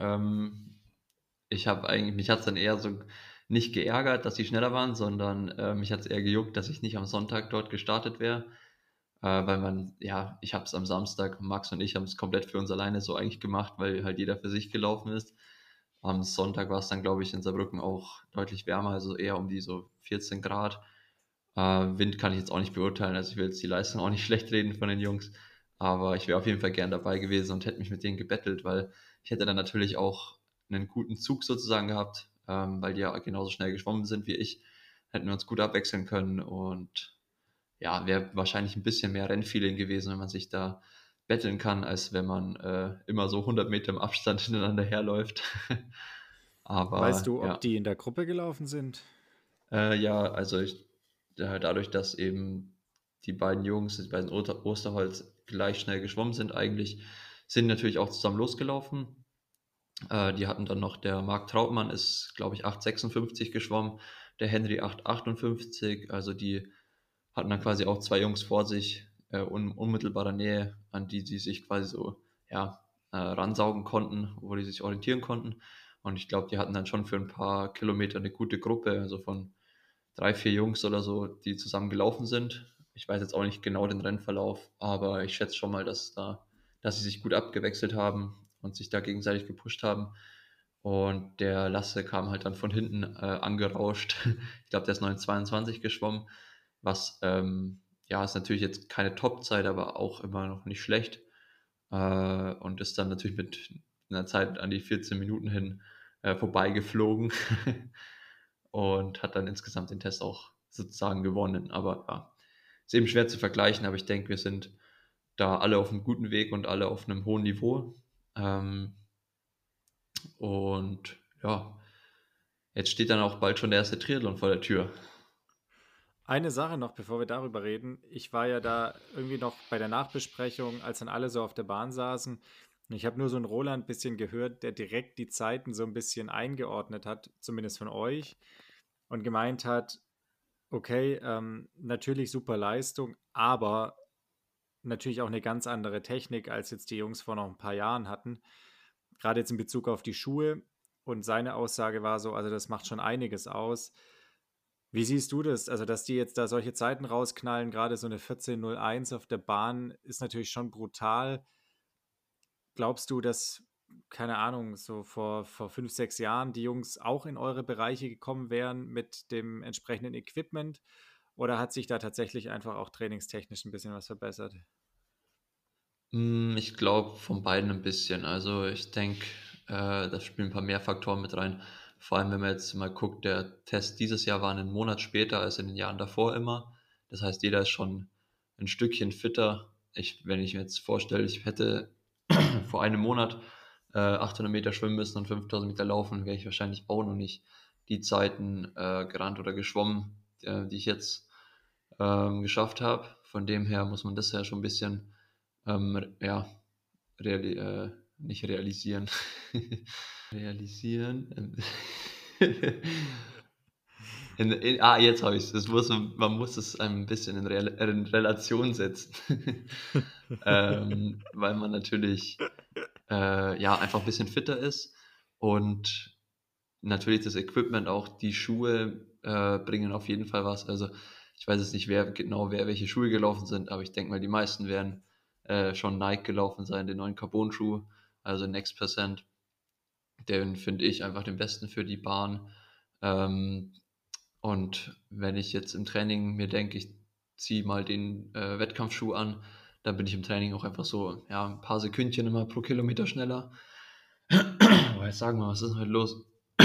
mich hat es dann eher so nicht geärgert, dass sie schneller waren, sondern mich hat es eher gejuckt, dass ich nicht am Sonntag dort gestartet wäre. Weil ja, ich habe es am Samstag, Max und ich haben es komplett für uns alleine so eigentlich gemacht, weil halt jeder für sich gelaufen ist. Am Sonntag war es dann, glaube ich, in Saarbrücken auch deutlich wärmer, also eher um die so 14 Grad. Wind kann ich jetzt auch nicht beurteilen, also ich will jetzt die Leistung auch nicht schlecht reden von den Jungs, aber ich wäre auf jeden Fall gern dabei gewesen und hätte mich mit denen gebettelt, weil ich hätte dann natürlich auch einen guten Zug sozusagen gehabt, weil die ja genauso schnell geschwommen sind wie ich, hätten wir uns gut abwechseln können und ja, wäre wahrscheinlich ein bisschen mehr Rennfeeling gewesen, wenn man sich da betteln kann, als wenn man immer so 100 Meter im Abstand hintereinander herläuft. Weißt Aber du, ob ja, die in der Gruppe gelaufen sind? ja, also dadurch, dass eben die beiden Jungs, die beiden Osterholz gleich schnell geschwommen sind eigentlich, sind die natürlich auch zusammen losgelaufen. Die hatten dann noch, der Marc Trautmann ist, glaube ich, 8,56 geschwommen, der Henry 8,58, also die hatten dann quasi auch zwei Jungs vor sich, unmittelbarer Nähe, an die sie sich quasi so, ja, ransaugen konnten, wo die sich orientieren konnten. Und ich glaube, die hatten dann schon für ein paar Kilometer eine gute Gruppe, also von 3, 4 Jungs oder so, die zusammen gelaufen sind. Ich weiß jetzt auch nicht genau den Rennverlauf, aber ich schätze schon mal, dass sie sich gut abgewechselt haben und sich da gegenseitig gepusht haben. Und der Lasse kam halt dann von hinten angerauscht. Ich glaube, der ist 9,22 geschwommen, was ja ist natürlich jetzt keine Top-Zeit, aber auch immer noch nicht schlecht. Und ist dann natürlich mit einer Zeit an die 14 Minuten hin vorbeigeflogen und hat dann insgesamt den Test auch sozusagen gewonnen. Aber ja, ist eben schwer zu vergleichen, aber ich denke, wir sind da alle auf einem guten Weg und alle auf einem hohen Niveau. Ähm, und ja, jetzt steht dann auch bald schon der erste Triathlon vor der Tür. Eine Sache noch, bevor wir darüber reden. Ich war ja da irgendwie noch bei der Nachbesprechung, als dann alle so auf der Bahn saßen. Und ich habe nur so einen Roland ein bisschen gehört, der direkt die Zeiten so ein bisschen eingeordnet hat, zumindest von euch, und gemeint hat, okay, natürlich super Leistung, aber natürlich auch eine ganz andere Technik, als jetzt die Jungs vor noch ein paar Jahren hatten. Gerade jetzt in Bezug auf die Schuhe. Und seine Aussage war so, also das macht schon einiges aus. Wie siehst du das? Also, dass die jetzt da solche Zeiten rausknallen, gerade so eine 14:01 auf der Bahn, ist natürlich schon brutal. Glaubst du, dass, keine Ahnung, so vor 5, 6 Jahren die Jungs auch in eure Bereiche gekommen wären mit dem entsprechenden Equipment? Oder hat sich da tatsächlich einfach auch trainingstechnisch ein bisschen was verbessert? Ich glaube von beiden ein bisschen. Also ich denke, da spielen ein paar mehr Faktoren mit rein. Vor allem, wenn man jetzt mal guckt, der Test dieses Jahr war einen Monat später als in den Jahren davor immer. Das heißt, jeder ist schon ein Stückchen fitter. Wenn ich mir jetzt vorstelle, ich hätte vor einem Monat 800 Meter schwimmen müssen und 5000 Meter laufen, wäre ich wahrscheinlich auch noch nicht die Zeiten gerannt oder geschwommen, die ich jetzt geschafft habe. Von dem her muss man das ja schon ein bisschen ja, nicht realisieren. realisieren. Jetzt habe ich es. Man muss es ein bisschen in Relation setzen. Weil man natürlich ja, einfach ein bisschen fitter ist und natürlich das Equipment, auch die Schuhe bringen auf jeden Fall was. Also ich weiß jetzt nicht, wer welche Schuhe gelaufen sind, aber ich denke mal, die meisten werden schon Nike gelaufen sein, den neuen Carbon-Schuh, also Next Percent. Den finde ich einfach den besten für die Bahn. Ähm, und wenn ich jetzt im Training mir denke, ich ziehe mal den Wettkampfschuh an, dann bin ich im Training auch einfach so, ja, ein paar Sekündchen immer pro Kilometer schneller. Aber jetzt sagen wir, was ist denn heute los?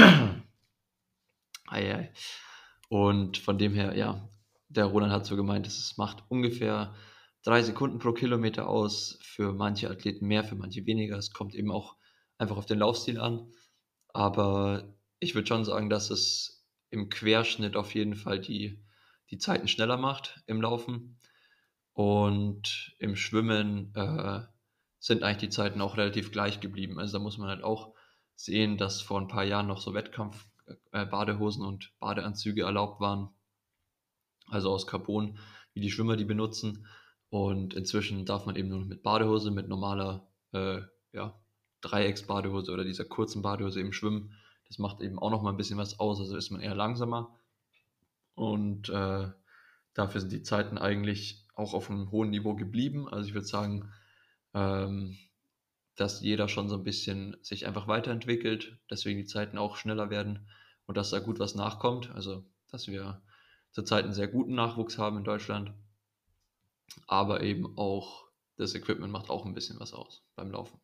Ei, ei. Und von dem her, ja, der Roland hat so gemeint, es macht ungefähr 3 Sekunden pro Kilometer aus. Für manche Athleten mehr, für manche weniger. Es kommt eben auch einfach auf den Laufstil an. Aber ich würde schon sagen, dass es im Querschnitt auf jeden Fall die Zeiten schneller macht im Laufen. Und im Schwimmen sind eigentlich die Zeiten auch relativ gleich geblieben. Also da muss man halt auch sehen, dass vor ein paar Jahren noch so Wettkampf-Badehosen und Badeanzüge erlaubt waren, also aus Carbon, wie die Schwimmer die benutzen. Und inzwischen darf man eben nur noch mit Badehose, mit normaler ja, Dreiecksbadehose oder dieser kurzen Badehose eben schwimmen. Das macht eben auch noch mal ein bisschen was aus, also ist man eher langsamer. Und dafür sind die Zeiten eigentlich auch auf einem hohen Niveau geblieben. Also ich würde sagen, ähm, dass jeder schon so ein bisschen sich einfach weiterentwickelt, deswegen die Zeiten auch schneller werden und dass da gut was nachkommt. Also dass wir zurzeit einen sehr guten Nachwuchs haben in Deutschland, aber eben auch das Equipment macht auch ein bisschen was aus beim Laufen.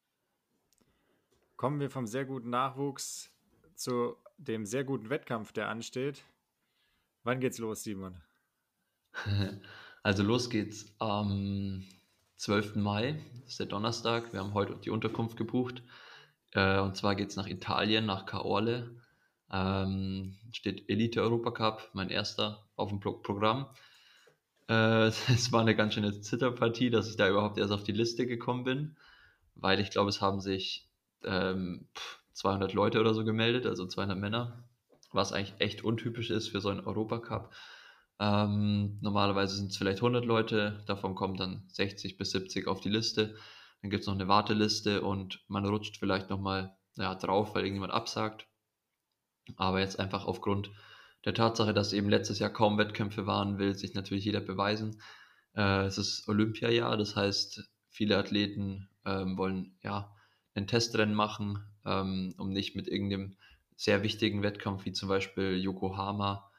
Kommen wir vom sehr guten Nachwuchs zu dem sehr guten Wettkampf, der ansteht. Wann geht's los, Simon? Also los geht's am 12. Mai, das ist der Donnerstag. Wir haben heute die Unterkunft gebucht. Und zwar geht's nach Italien, nach Caorle. Steht Elite Europacup, mein erster auf dem Programm. Es war eine ganz schöne Zitterpartie, dass ich da überhaupt erst auf die Liste gekommen bin, weil ich glaube, es haben sich 200 Leute oder so gemeldet, also 200 Männer, was eigentlich echt untypisch ist für so einen Europacup. Normalerweise sind es vielleicht 100 Leute, davon kommen dann 60 bis 70 auf die Liste. Dann gibt es noch eine Warteliste und man rutscht vielleicht nochmal ja, drauf, weil irgendjemand absagt. Aber jetzt einfach aufgrund der Tatsache, dass eben letztes Jahr kaum Wettkämpfe waren, will sich natürlich jeder beweisen. Es ist Olympiajahr, das heißt, viele Athleten wollen ja ein Testrennen machen, um nicht mit irgendeinem sehr wichtigen Wettkampf wie zum Beispiel Yokohama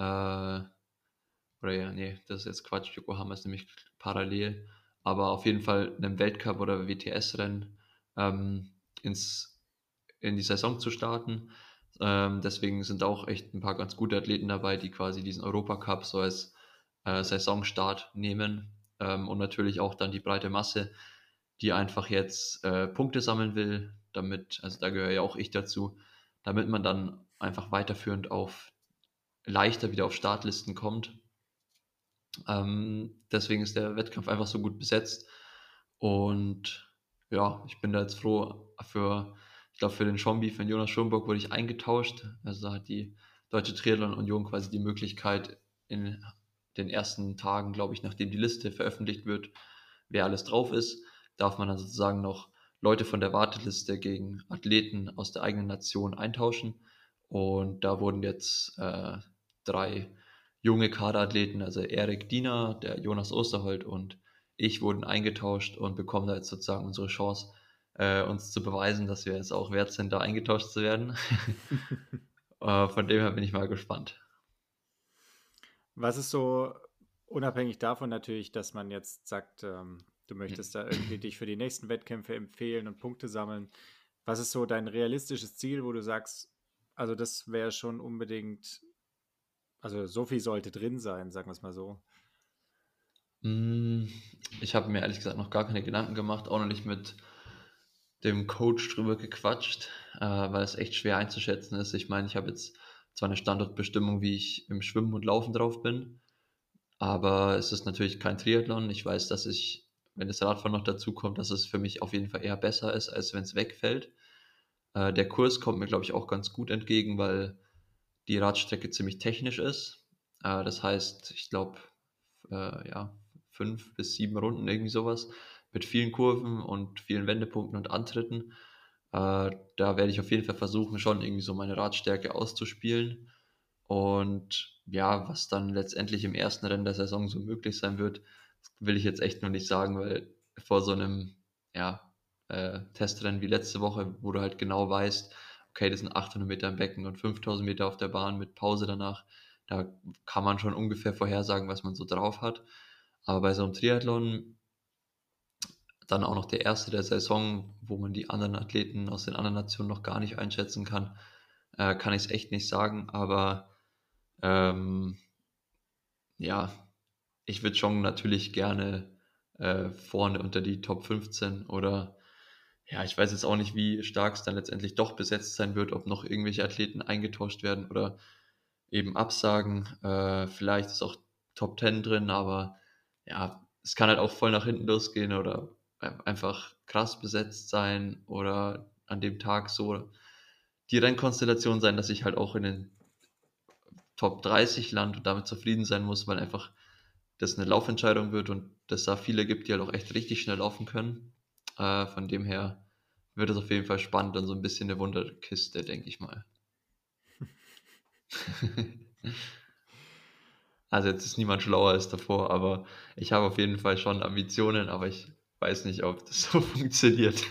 oder ja, nee, das ist jetzt Quatsch, Yokohama ist nämlich parallel, aber auf jeden Fall einem Weltcup oder WTS-Rennen ähm, ins, in die Saison zu starten. Deswegen sind auch echt ein paar ganz gute Athleten dabei, die quasi diesen Europacup so als Saisonstart nehmen und natürlich auch dann die breite Masse, die einfach jetzt Punkte sammeln will, damit, also da gehöre ja auch ich dazu, damit man dann einfach weiterführend auf leichter wieder auf Startlisten kommt. Deswegen ist der Wettkampf einfach so gut besetzt. Und ja, ich bin da jetzt froh ich glaube, für den Schombi, für den Jonas Schomburg wurde ich eingetauscht. Also da hat die Deutsche Triathlon Union quasi die Möglichkeit, in den ersten Tagen, glaube ich, nachdem die Liste veröffentlicht wird, wer alles drauf ist, darf man dann sozusagen noch Leute von der Warteliste gegen Athleten aus der eigenen Nation eintauschen. Und da wurden jetzt 3 junge Kaderathleten, also Erik Diener, der Jonas Osterholt und ich wurden eingetauscht und bekommen da jetzt sozusagen unsere Chance, uns zu beweisen, dass wir es auch wert sind, da eingetauscht zu werden. Von dem her bin ich mal gespannt. Was ist so, unabhängig davon natürlich, dass man jetzt sagt, du möchtest da irgendwie dich für die nächsten Wettkämpfe empfehlen und Punkte sammeln, was ist so dein realistisches Ziel, wo du sagst, also das wäre schon unbedingt, also so viel sollte drin sein, sagen wir es mal so. Mm, Ich habe mir ehrlich gesagt noch gar keine Gedanken gemacht, auch noch nicht mit dem Coach drüber gequatscht, weil es echt schwer einzuschätzen ist. Ich meine, ich habe jetzt zwar eine Standortbestimmung, wie ich im Schwimmen und Laufen drauf bin, aber es ist natürlich kein Triathlon. Ich weiß, dass ich, wenn das Radfahren noch dazu kommt, dass es für mich auf jeden Fall eher besser ist, als wenn es wegfällt. Der Kurs kommt mir, glaube ich, auch ganz gut entgegen, weil die Radstrecke ziemlich technisch ist. Das heißt, ich glaube, ja, 5 bis 7 Runden, irgendwie sowas, mit vielen Kurven und vielen Wendepunkten und Antritten. Da werde ich auf jeden Fall versuchen, schon irgendwie so meine Radstärke auszuspielen. Und ja, was dann letztendlich im ersten Rennen der Saison so möglich sein wird, will ich jetzt echt noch nicht sagen, weil vor so einem ja, Testrennen wie letzte Woche, wo du halt genau weißt, okay, das sind 800 Meter im Becken und 5000 Meter auf der Bahn mit Pause danach, da kann man schon ungefähr vorhersagen, was man so drauf hat. Aber bei so einem Triathlon, dann auch noch der erste der Saison, wo man die anderen Athleten aus den anderen Nationen noch gar nicht einschätzen kann, kann ich es echt nicht sagen. Aber ähm, ja, ich würde schon natürlich gerne vorne unter die Top 15 oder ja, ich weiß jetzt auch nicht, wie stark es dann letztendlich doch besetzt sein wird, ob noch irgendwelche Athleten eingetauscht werden oder eben absagen. Vielleicht ist auch Top 10 drin, aber ja, es kann halt auch voll nach hinten losgehen oder einfach krass besetzt sein oder an dem Tag so die Rennkonstellation sein, dass ich halt auch in den Top 30 lande und damit zufrieden sein muss, weil einfach das eine Laufentscheidung wird und es da viele gibt, die halt auch echt richtig schnell laufen können. Von dem her wird es auf jeden Fall spannend und so ein bisschen eine Wunderkiste, denke ich mal. Also jetzt ist niemand schlauer als davor, aber ich habe auf jeden Fall schon Ambitionen, aber ich weiß nicht, ob das so funktioniert.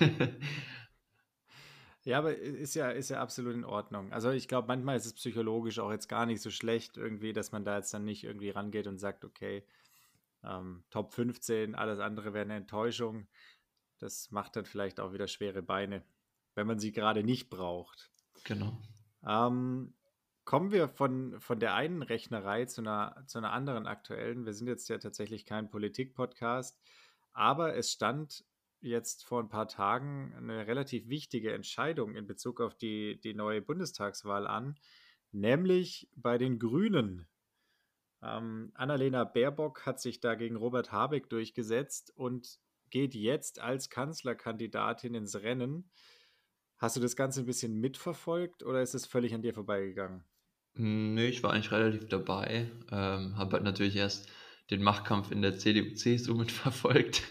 Ja, aber ist ja absolut in Ordnung. Also ich glaube, manchmal ist es psychologisch auch jetzt gar nicht so schlecht irgendwie, dass man da jetzt dann nicht irgendwie rangeht und sagt, okay, Top 15, alles andere wäre eine Enttäuschung. Das macht dann vielleicht auch wieder schwere Beine, wenn man sie gerade nicht braucht. Genau. Ähm, kommen wir von der einen Rechnerei zu einer anderen aktuellen. Wir sind jetzt ja tatsächlich kein Politik-Podcast, aber es stand jetzt vor ein paar Tagen eine relativ wichtige Entscheidung in Bezug auf die neue Bundestagswahl an, nämlich bei den Grünen. Annalena Baerbock hat sich da gegen Robert Habeck durchgesetzt und geht jetzt als Kanzlerkandidatin ins Rennen. Hast du das Ganze ein bisschen mitverfolgt oder ist es völlig an dir vorbeigegangen? Nee, ich war eigentlich relativ dabei. Habe halt natürlich erst den Machtkampf in der CDU-CSU mitverfolgt.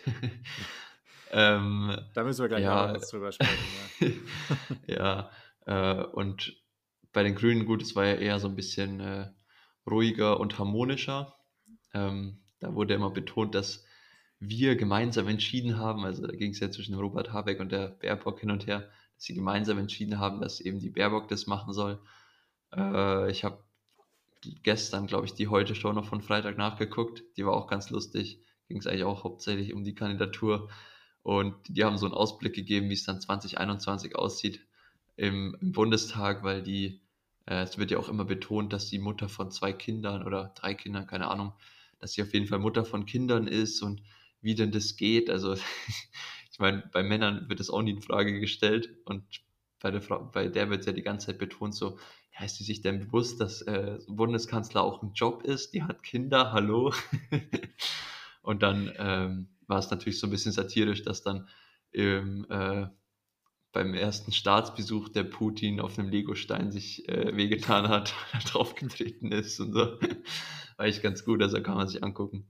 ähm, Da müssen wir gleich auch noch ja, kurz drüber sprechen, ja. ja, und bei den Grünen, gut, es war ja eher so ein bisschen ruhiger und harmonischer. Da wurde immer betont, dass wir gemeinsam entschieden haben, also da ging es ja zwischen Robert Habeck und der Baerbock hin und her, dass sie gemeinsam entschieden haben, dass eben die Baerbock das machen soll. Ich habe gestern, glaube ich, die Heute-Show noch von Freitag nachgeguckt. Die war auch ganz lustig. Ging es eigentlich auch hauptsächlich um die Kandidatur. Und die haben so einen Ausblick gegeben, wie es dann 2021 aussieht im Bundestag, weil es wird ja auch immer betont, dass die Mutter von 2 Kindern oder 3 Kindern, keine Ahnung, dass sie auf jeden Fall Mutter von Kindern ist und wie denn das geht. Also ich meine, bei Männern wird das auch nie in Frage gestellt und bei der wird ja die ganze Zeit betont so, ja, ist sie sich denn bewusst, dass Bundeskanzler auch ein Job ist? Die hat Kinder, hallo? Und dann war es natürlich so ein bisschen satirisch, dass dann im, beim ersten Staatsbesuch der Putin auf einem Legostein sich wehgetan hat, draufgetreten ist und so. War echt ganz gut, also kann man sich angucken.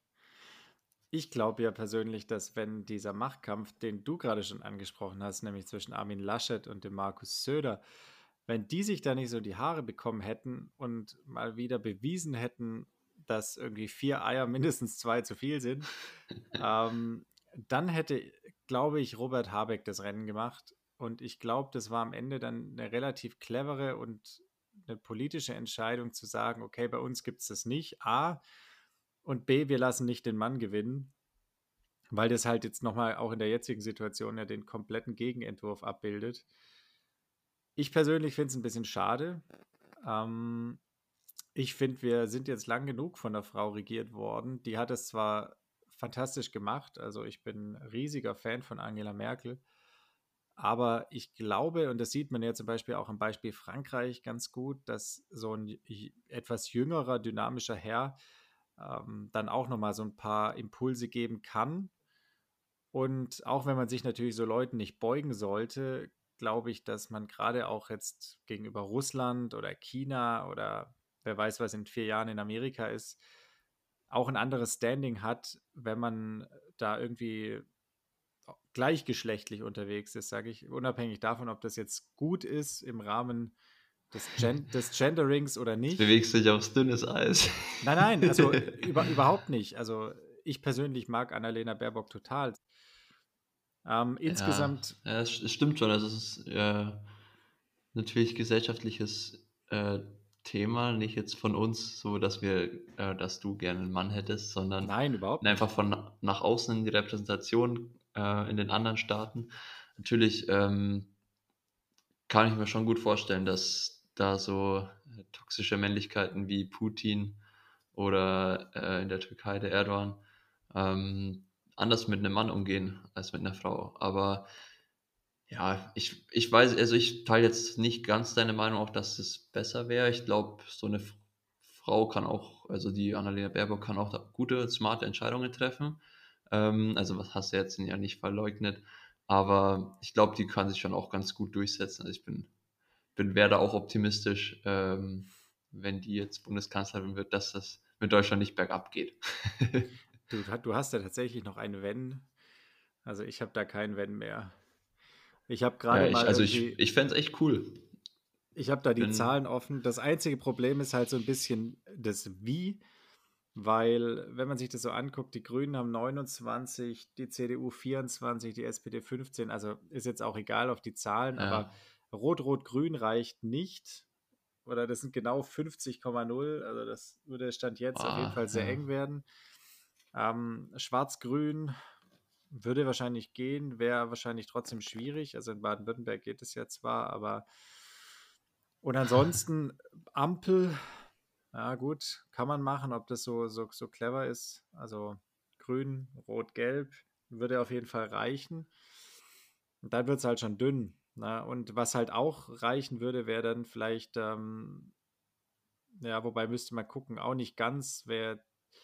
Ich glaube ja persönlich, dass wenn dieser Machtkampf, den du gerade schon angesprochen hast, nämlich zwischen Armin Laschet und dem Markus Söder, wenn die sich da nicht so die Haare bekommen hätten und mal wieder bewiesen hätten, dass irgendwie 4 Eier mindestens 2 zu viel sind, ähm, dann hätte, glaube ich, Robert Habeck das Rennen gemacht. Und ich glaube, das war am Ende dann eine relativ clevere und eine politische Entscheidung zu sagen, okay, bei uns gibt es das nicht. A, und B, wir lassen nicht den Mann gewinnen, weil das halt jetzt nochmal auch in der jetzigen Situation ja den kompletten Gegenentwurf abbildet. Ich persönlich finde es ein bisschen schade. Ähm, Ich finde, wir sind jetzt lang genug von der Frau regiert worden. Die hat es zwar fantastisch gemacht, also ich bin ein riesiger Fan von Angela Merkel, aber ich glaube, und das sieht man ja zum Beispiel auch im Beispiel Frankreich ganz gut, dass so ein etwas jüngerer, dynamischer Herr dann auch nochmal so ein paar Impulse geben kann. Und auch wenn man sich natürlich so Leuten nicht beugen sollte, glaube ich, dass man gerade auch jetzt gegenüber Russland oder China oder wer weiß, was in 4 Jahren in Amerika ist, auch ein anderes Standing hat, wenn man da irgendwie gleichgeschlechtlich unterwegs ist, sage ich, unabhängig davon, ob das jetzt gut ist im Rahmen des Genderings oder Jetzt nicht. bewegst du dich aufs dünnes Eis. Nein, nein, also überhaupt nicht. Also ich persönlich mag Annalena Baerbock total. Ja, Insgesamt, ja, es stimmt schon. Also es ist natürlich gesellschaftliches Thema, nicht jetzt von uns, so dass du gerne einen Mann hättest, sondern nein, überhaupt einfach nicht. von nach außen die Repräsentation in den anderen Staaten. Natürlich kann ich mir schon gut vorstellen, dass da so toxische Männlichkeiten wie Putin oder in der Türkei der Erdogan ähm, anders mit einem Mann umgehen als mit einer Frau. Aber ja, ich weiß, also ich teile jetzt nicht ganz deine Meinung auch, dass es besser wäre. Ich glaube, so eine Frau kann auch, also die Annalena Baerbock kann auch da gute, smarte Entscheidungen treffen. Also was hast du jetzt ja nicht verleugnet. Aber ich glaube, die kann sich schon auch ganz gut durchsetzen. Also wäre da auch optimistisch, wenn die jetzt Bundeskanzlerin wird, dass das mit Deutschland nicht bergab geht. Du hast ja tatsächlich noch ein Wenn. Also ich habe da kein Wenn mehr. Ich habe Ja, gerade mal irgendwie, ich fände es echt cool. ich habe da die Bin, Zahlen offen. Das einzige Problem ist halt so ein bisschen das Wie, weil wenn man sich das so anguckt, die Grünen haben 29, die CDU 24, die SPD 15. Also ist jetzt auch egal auf die Zahlen, aber ja. Rot-Rot-Grün reicht nicht. Oder das sind genau 50,0. Also das würde Stand jetzt auf jeden Ah, Fall sehr ja. eng werden. Schwarz-Grün würde wahrscheinlich gehen, wäre wahrscheinlich trotzdem schwierig. Also in Baden-Württemberg geht es ja zwar, aber und ansonsten Ampel, ja gut, kann man machen, ob das so clever ist. Also grün, rot, gelb würde auf jeden Fall reichen. Und dann wird es halt schon dünn. Na? Und was halt auch reichen würde, wäre dann vielleicht, ja, wobei müsste man gucken, auch nicht ganz, wäre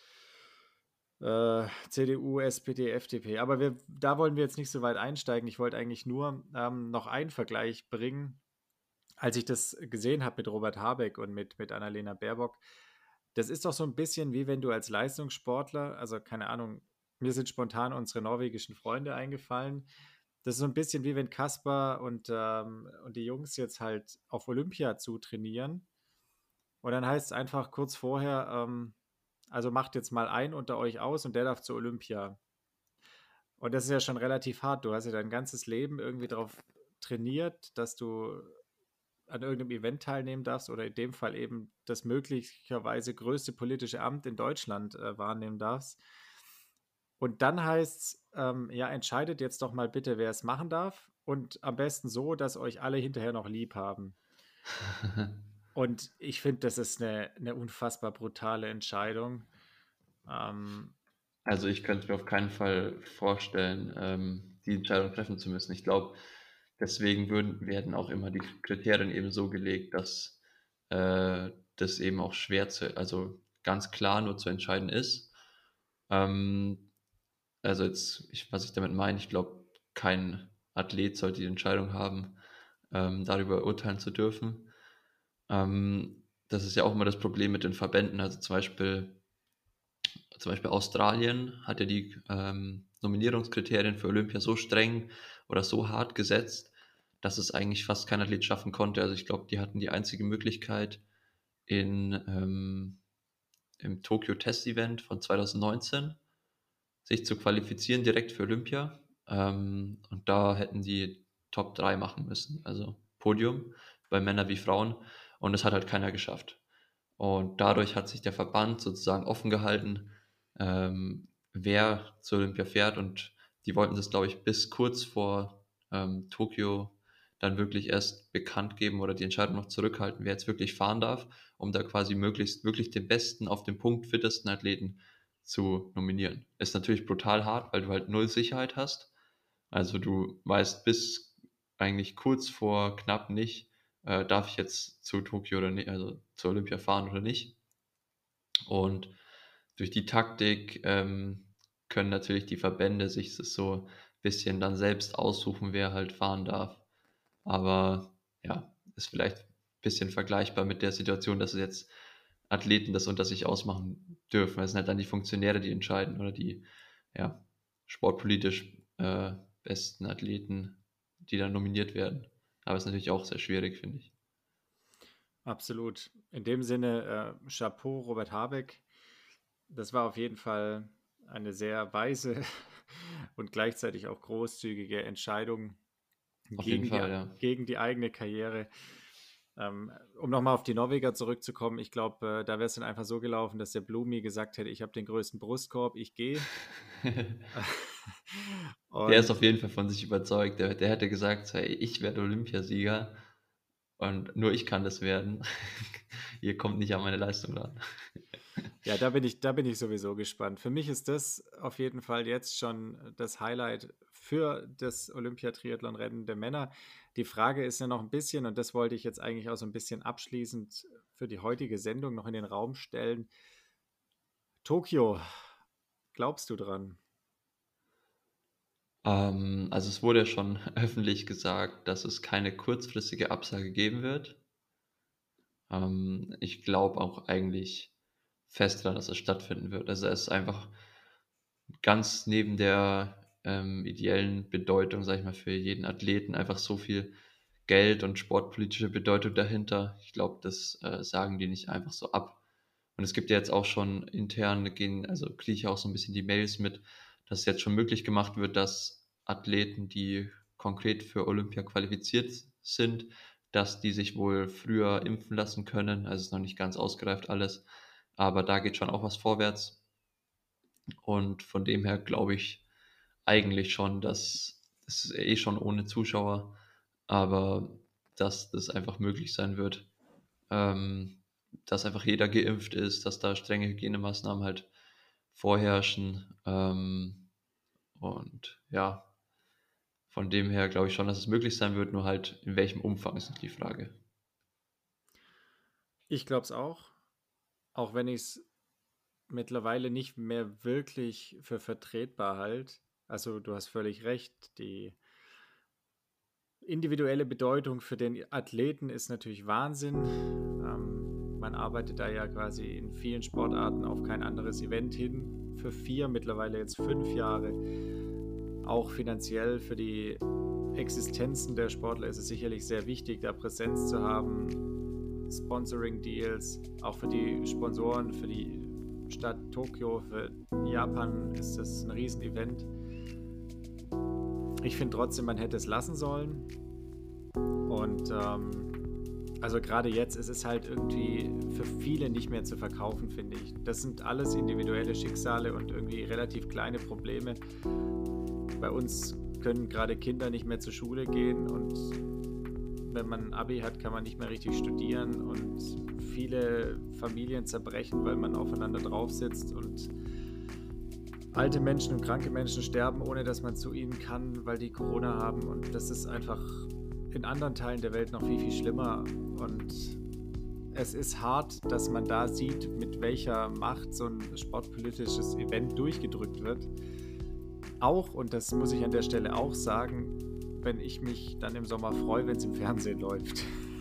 CDU, SPD, FDP. Aber da wollen wir jetzt nicht so weit einsteigen. Ich wollte eigentlich nur noch einen Vergleich bringen, als ich das gesehen habe mit Robert Habeck und mit Annalena Baerbock. Das ist doch so ein bisschen wie wenn du als Leistungssportler, also keine Ahnung, mir sind spontan unsere norwegischen Freunde eingefallen, Das ist so ein bisschen wie wenn Kaspar und die Jungs jetzt halt auf Olympia zutrainieren. Und dann heißt es einfach kurz vorher, also macht jetzt mal einen unter euch aus und der darf zur Olympia. Und das ist ja schon relativ hart. Du hast ja dein ganzes Leben irgendwie darauf trainiert, dass du an irgendeinem Event teilnehmen darfst oder in dem Fall eben das möglicherweise größte politische Amt in Deutschland wahrnehmen darfst. Und dann heißt es, ja, entscheidet jetzt doch mal bitte, wer es machen darf und am besten so, dass euch alle hinterher noch lieb haben. Und ich finde, das ist eine unfassbar brutale Entscheidung. Ähm, Also ich könnte mir auf keinen Fall vorstellen, die Entscheidung treffen zu müssen. Ich glaube, deswegen werden auch immer die Kriterien eben so gelegt, dass das eben auch also ganz klar nur zu entscheiden ist. Ähm, also was ich damit meine, ich glaube, kein Athlet sollte die Entscheidung haben, darüber urteilen zu dürfen. Das ist ja auch immer das Problem mit den Verbänden. Also zum Beispiel Australien hat ja die Nominierungskriterien für Olympia so streng oder so hart gesetzt, dass es eigentlich fast kein Athlet schaffen konnte. Also ich glaube, die hatten die einzige Möglichkeit im Tokyo Test Event von 2019 sich zu qualifizieren direkt für Olympia. Und da hätten die Top 3 machen müssen, also Podium bei Männern wie Frauen. Und das hat halt keiner geschafft. Und dadurch hat sich der Verband sozusagen offen gehalten, wer zur Olympia fährt. Und die wollten das, glaube ich, bis kurz vor Tokio dann wirklich erst bekannt geben oder die Entscheidung noch zurückhalten, wer jetzt wirklich fahren darf, um da quasi möglichst wirklich den besten, auf den Punkt fittesten Athleten zu nominieren. Ist natürlich brutal hart, weil du halt null Sicherheit hast. Also du weißt bis eigentlich kurz vor knapp nicht, darf ich jetzt zu Tokio oder nicht, also zur Olympia fahren oder nicht. Und durch die Taktik können natürlich die Verbände sich das so ein bisschen dann selbst aussuchen, wer halt fahren darf. Aber ja, ist vielleicht ein bisschen vergleichbar mit der Situation, dass jetzt Athleten das unter sich ausmachen dürfen. Es sind halt dann die Funktionäre, die entscheiden oder die ja, sportpolitisch besten Athleten, die dann nominiert werden. Aber es ist natürlich auch sehr schwierig, finde ich. absolut. In dem Sinne, Chapeau, Robert Habeck. Das war auf jeden Fall eine sehr weise und gleichzeitig auch großzügige Entscheidung Auf jeden gegen die, Fall, ja. gegen die eigene Karriere. Um nochmal auf die Norweger zurückzukommen, ich glaube, da wäre es dann einfach so gelaufen, dass der Blumi gesagt hätte, ich habe den größten Brustkorb, ich gehe. Der ist Und auf jeden Fall von sich überzeugt. Der hätte gesagt, hey, ich werde Olympiasieger und nur ich kann das werden. Ihr kommt nicht an meine Leistung ran. ja, da bin ich sowieso gespannt. Für mich ist das auf jeden Fall jetzt schon das Highlight für das Olympiatriathlon-Rennen der Männer. Die Frage ist ja noch ein bisschen, und das wollte ich jetzt eigentlich auch so ein bisschen abschließend für die heutige Sendung noch in den Raum stellen. Tokio, glaubst du dran? Also es wurde ja schon öffentlich gesagt, dass es keine kurzfristige Absage geben wird. Ich glaube auch eigentlich fest daran, dass es stattfinden wird. Also es ist einfach ganz neben der ideellen Bedeutung, sage ich mal, für jeden Athleten einfach so viel Geld und sportpolitische Bedeutung dahinter. Ich glaube, das sagen die nicht einfach so ab. Und es gibt ja jetzt auch schon intern, also kriege ich auch so ein bisschen die Mails mit, dass es jetzt schon möglich gemacht wird, dass Athleten, die konkret für Olympia qualifiziert sind, dass die sich wohl früher impfen lassen können. Also es ist noch nicht ganz ausgereift alles, aber da geht schon auch was vorwärts. Und von dem her glaube ich eigentlich schon, dass es eh schon ohne Zuschauer, aber dass das einfach möglich sein wird, dass einfach jeder geimpft ist, dass da strenge Hygienemaßnahmen halt vorherrschen. Und ja, von dem her glaube ich schon, dass es möglich sein wird, nur halt in welchem Umfang ist die Frage. Ich glaube es auch wenn ich es mittlerweile nicht mehr wirklich für vertretbar halte. Also du hast völlig recht, die individuelle Bedeutung für den Athleten ist natürlich Wahnsinn. Man arbeitet da ja quasi in vielen Sportarten auf kein anderes Event hin. Für 4, mittlerweile jetzt 5 Jahre. Auch finanziell für die Existenzen der Sportler ist es sicherlich sehr wichtig, da Präsenz zu haben. Sponsoring-Deals, auch für die Sponsoren, für die Stadt Tokio, für Japan ist das ein Riesenevent. Ich finde trotzdem, man hätte es lassen sollen. Und also gerade jetzt ist es halt irgendwie für viele nicht mehr zu verkaufen, finde ich. Das sind alles individuelle Schicksale und irgendwie relativ kleine Probleme. Bei uns können gerade Kinder nicht mehr zur Schule gehen und wenn man ein Abi hat, kann man nicht mehr richtig studieren und viele Familien zerbrechen, weil man aufeinander drauf sitzt und alte Menschen und kranke Menschen sterben, ohne dass man zu ihnen kann, weil die Corona haben und das ist einfach in anderen Teilen der Welt noch viel, viel schlimmer und es ist hart, dass man da sieht, mit welcher Macht so ein sportpolitisches Event durchgedrückt wird. Auch, und das muss ich an der Stelle auch sagen, wenn ich mich dann im Sommer freue, wenn es im Fernsehen läuft.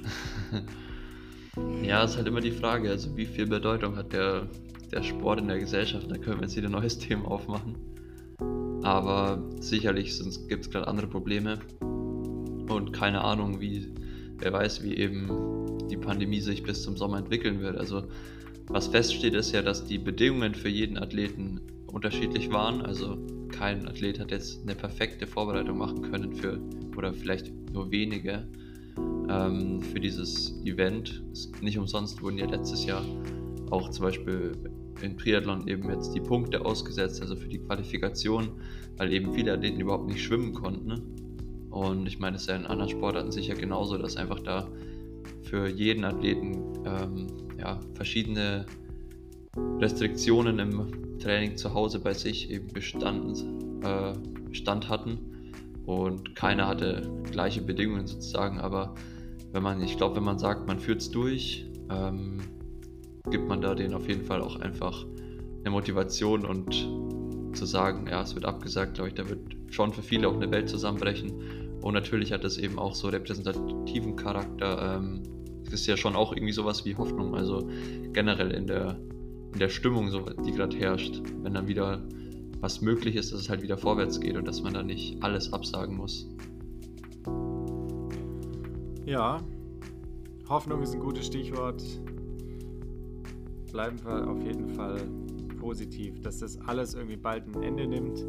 Ja, ist halt immer die Frage, also wie viel Bedeutung hat der Sport in der Gesellschaft? Da können wir jetzt wieder ein neues Thema aufmachen. Aber sicherlich gibt es gerade andere Probleme und keine Ahnung, wer weiß, wie eben die Pandemie sich bis zum Sommer entwickeln wird. Also was feststeht, ist ja, dass die Bedingungen für jeden Athleten unterschiedlich waren. Also kein Athlet hat jetzt eine perfekte Vorbereitung machen können oder vielleicht nur wenige für dieses Event. Nicht umsonst wurden ja letztes Jahr auch zum Beispiel in Triathlon eben jetzt die Punkte ausgesetzt, also für die Qualifikation, weil eben viele Athleten überhaupt nicht schwimmen konnten. Ne? Und ich meine, es ist ja in anderen Sportarten sicher genauso, dass einfach da für jeden Athleten verschiedene Restriktionen im Training zu Hause bei sich eben Bestand hatten und keiner hatte gleiche Bedingungen sozusagen, aber wenn man sagt, man führt es durch, gibt man da denen auf jeden Fall auch einfach eine Motivation und zu sagen, ja, es wird abgesagt, glaube ich, da wird schon für viele auch eine Welt zusammenbrechen und natürlich hat das eben auch so repräsentativen Charakter, das ist ja schon auch irgendwie sowas wie Hoffnung, also generell in der Stimmung, so, die gerade herrscht, wenn dann wieder was möglich ist, dass es halt wieder vorwärts geht und dass man da nicht alles absagen muss. Ja, Hoffnung ist ein gutes Stichwort. Bleiben wir auf jeden Fall positiv, dass das alles irgendwie bald ein Ende nimmt.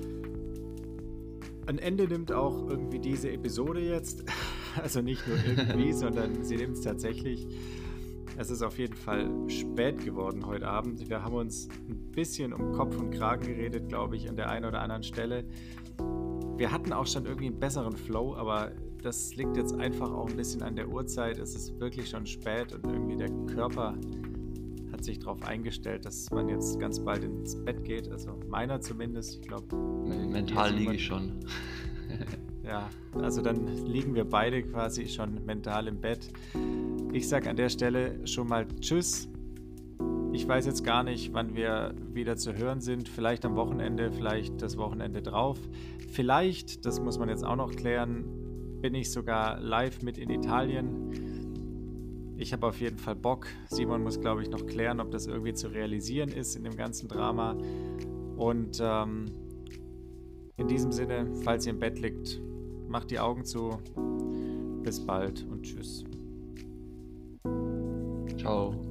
Ein Ende nimmt auch irgendwie diese Episode jetzt. Also nicht nur irgendwie, sondern sie nimmt es tatsächlich. Es ist auf jeden Fall spät geworden heute Abend. Wir haben uns ein bisschen um Kopf und Kragen geredet, glaube ich, an der einen oder anderen Stelle. Wir hatten auch schon irgendwie einen besseren Flow, aber das liegt jetzt einfach auch ein bisschen an der Uhrzeit. Es ist wirklich schon spät und irgendwie der Körper hat sich darauf eingestellt, dass man jetzt ganz bald ins Bett geht. Also meiner zumindest. Ich glaube, mental liege ich schon. Ja, also dann liegen wir beide quasi schon mental im Bett. Ich sage an der Stelle schon mal Tschüss. Ich weiß jetzt gar nicht, wann wir wieder zu hören sind. Vielleicht am Wochenende, vielleicht das Wochenende drauf. Vielleicht, das muss man jetzt auch noch klären, bin ich sogar live mit in Italien. Ich habe auf jeden Fall Bock. Simon muss, glaube ich, noch klären, ob das irgendwie zu realisieren ist in dem ganzen Drama. Und in diesem Sinne, falls ihr im Bett liegt, macht die Augen zu. Bis bald und tschüss. Ciao.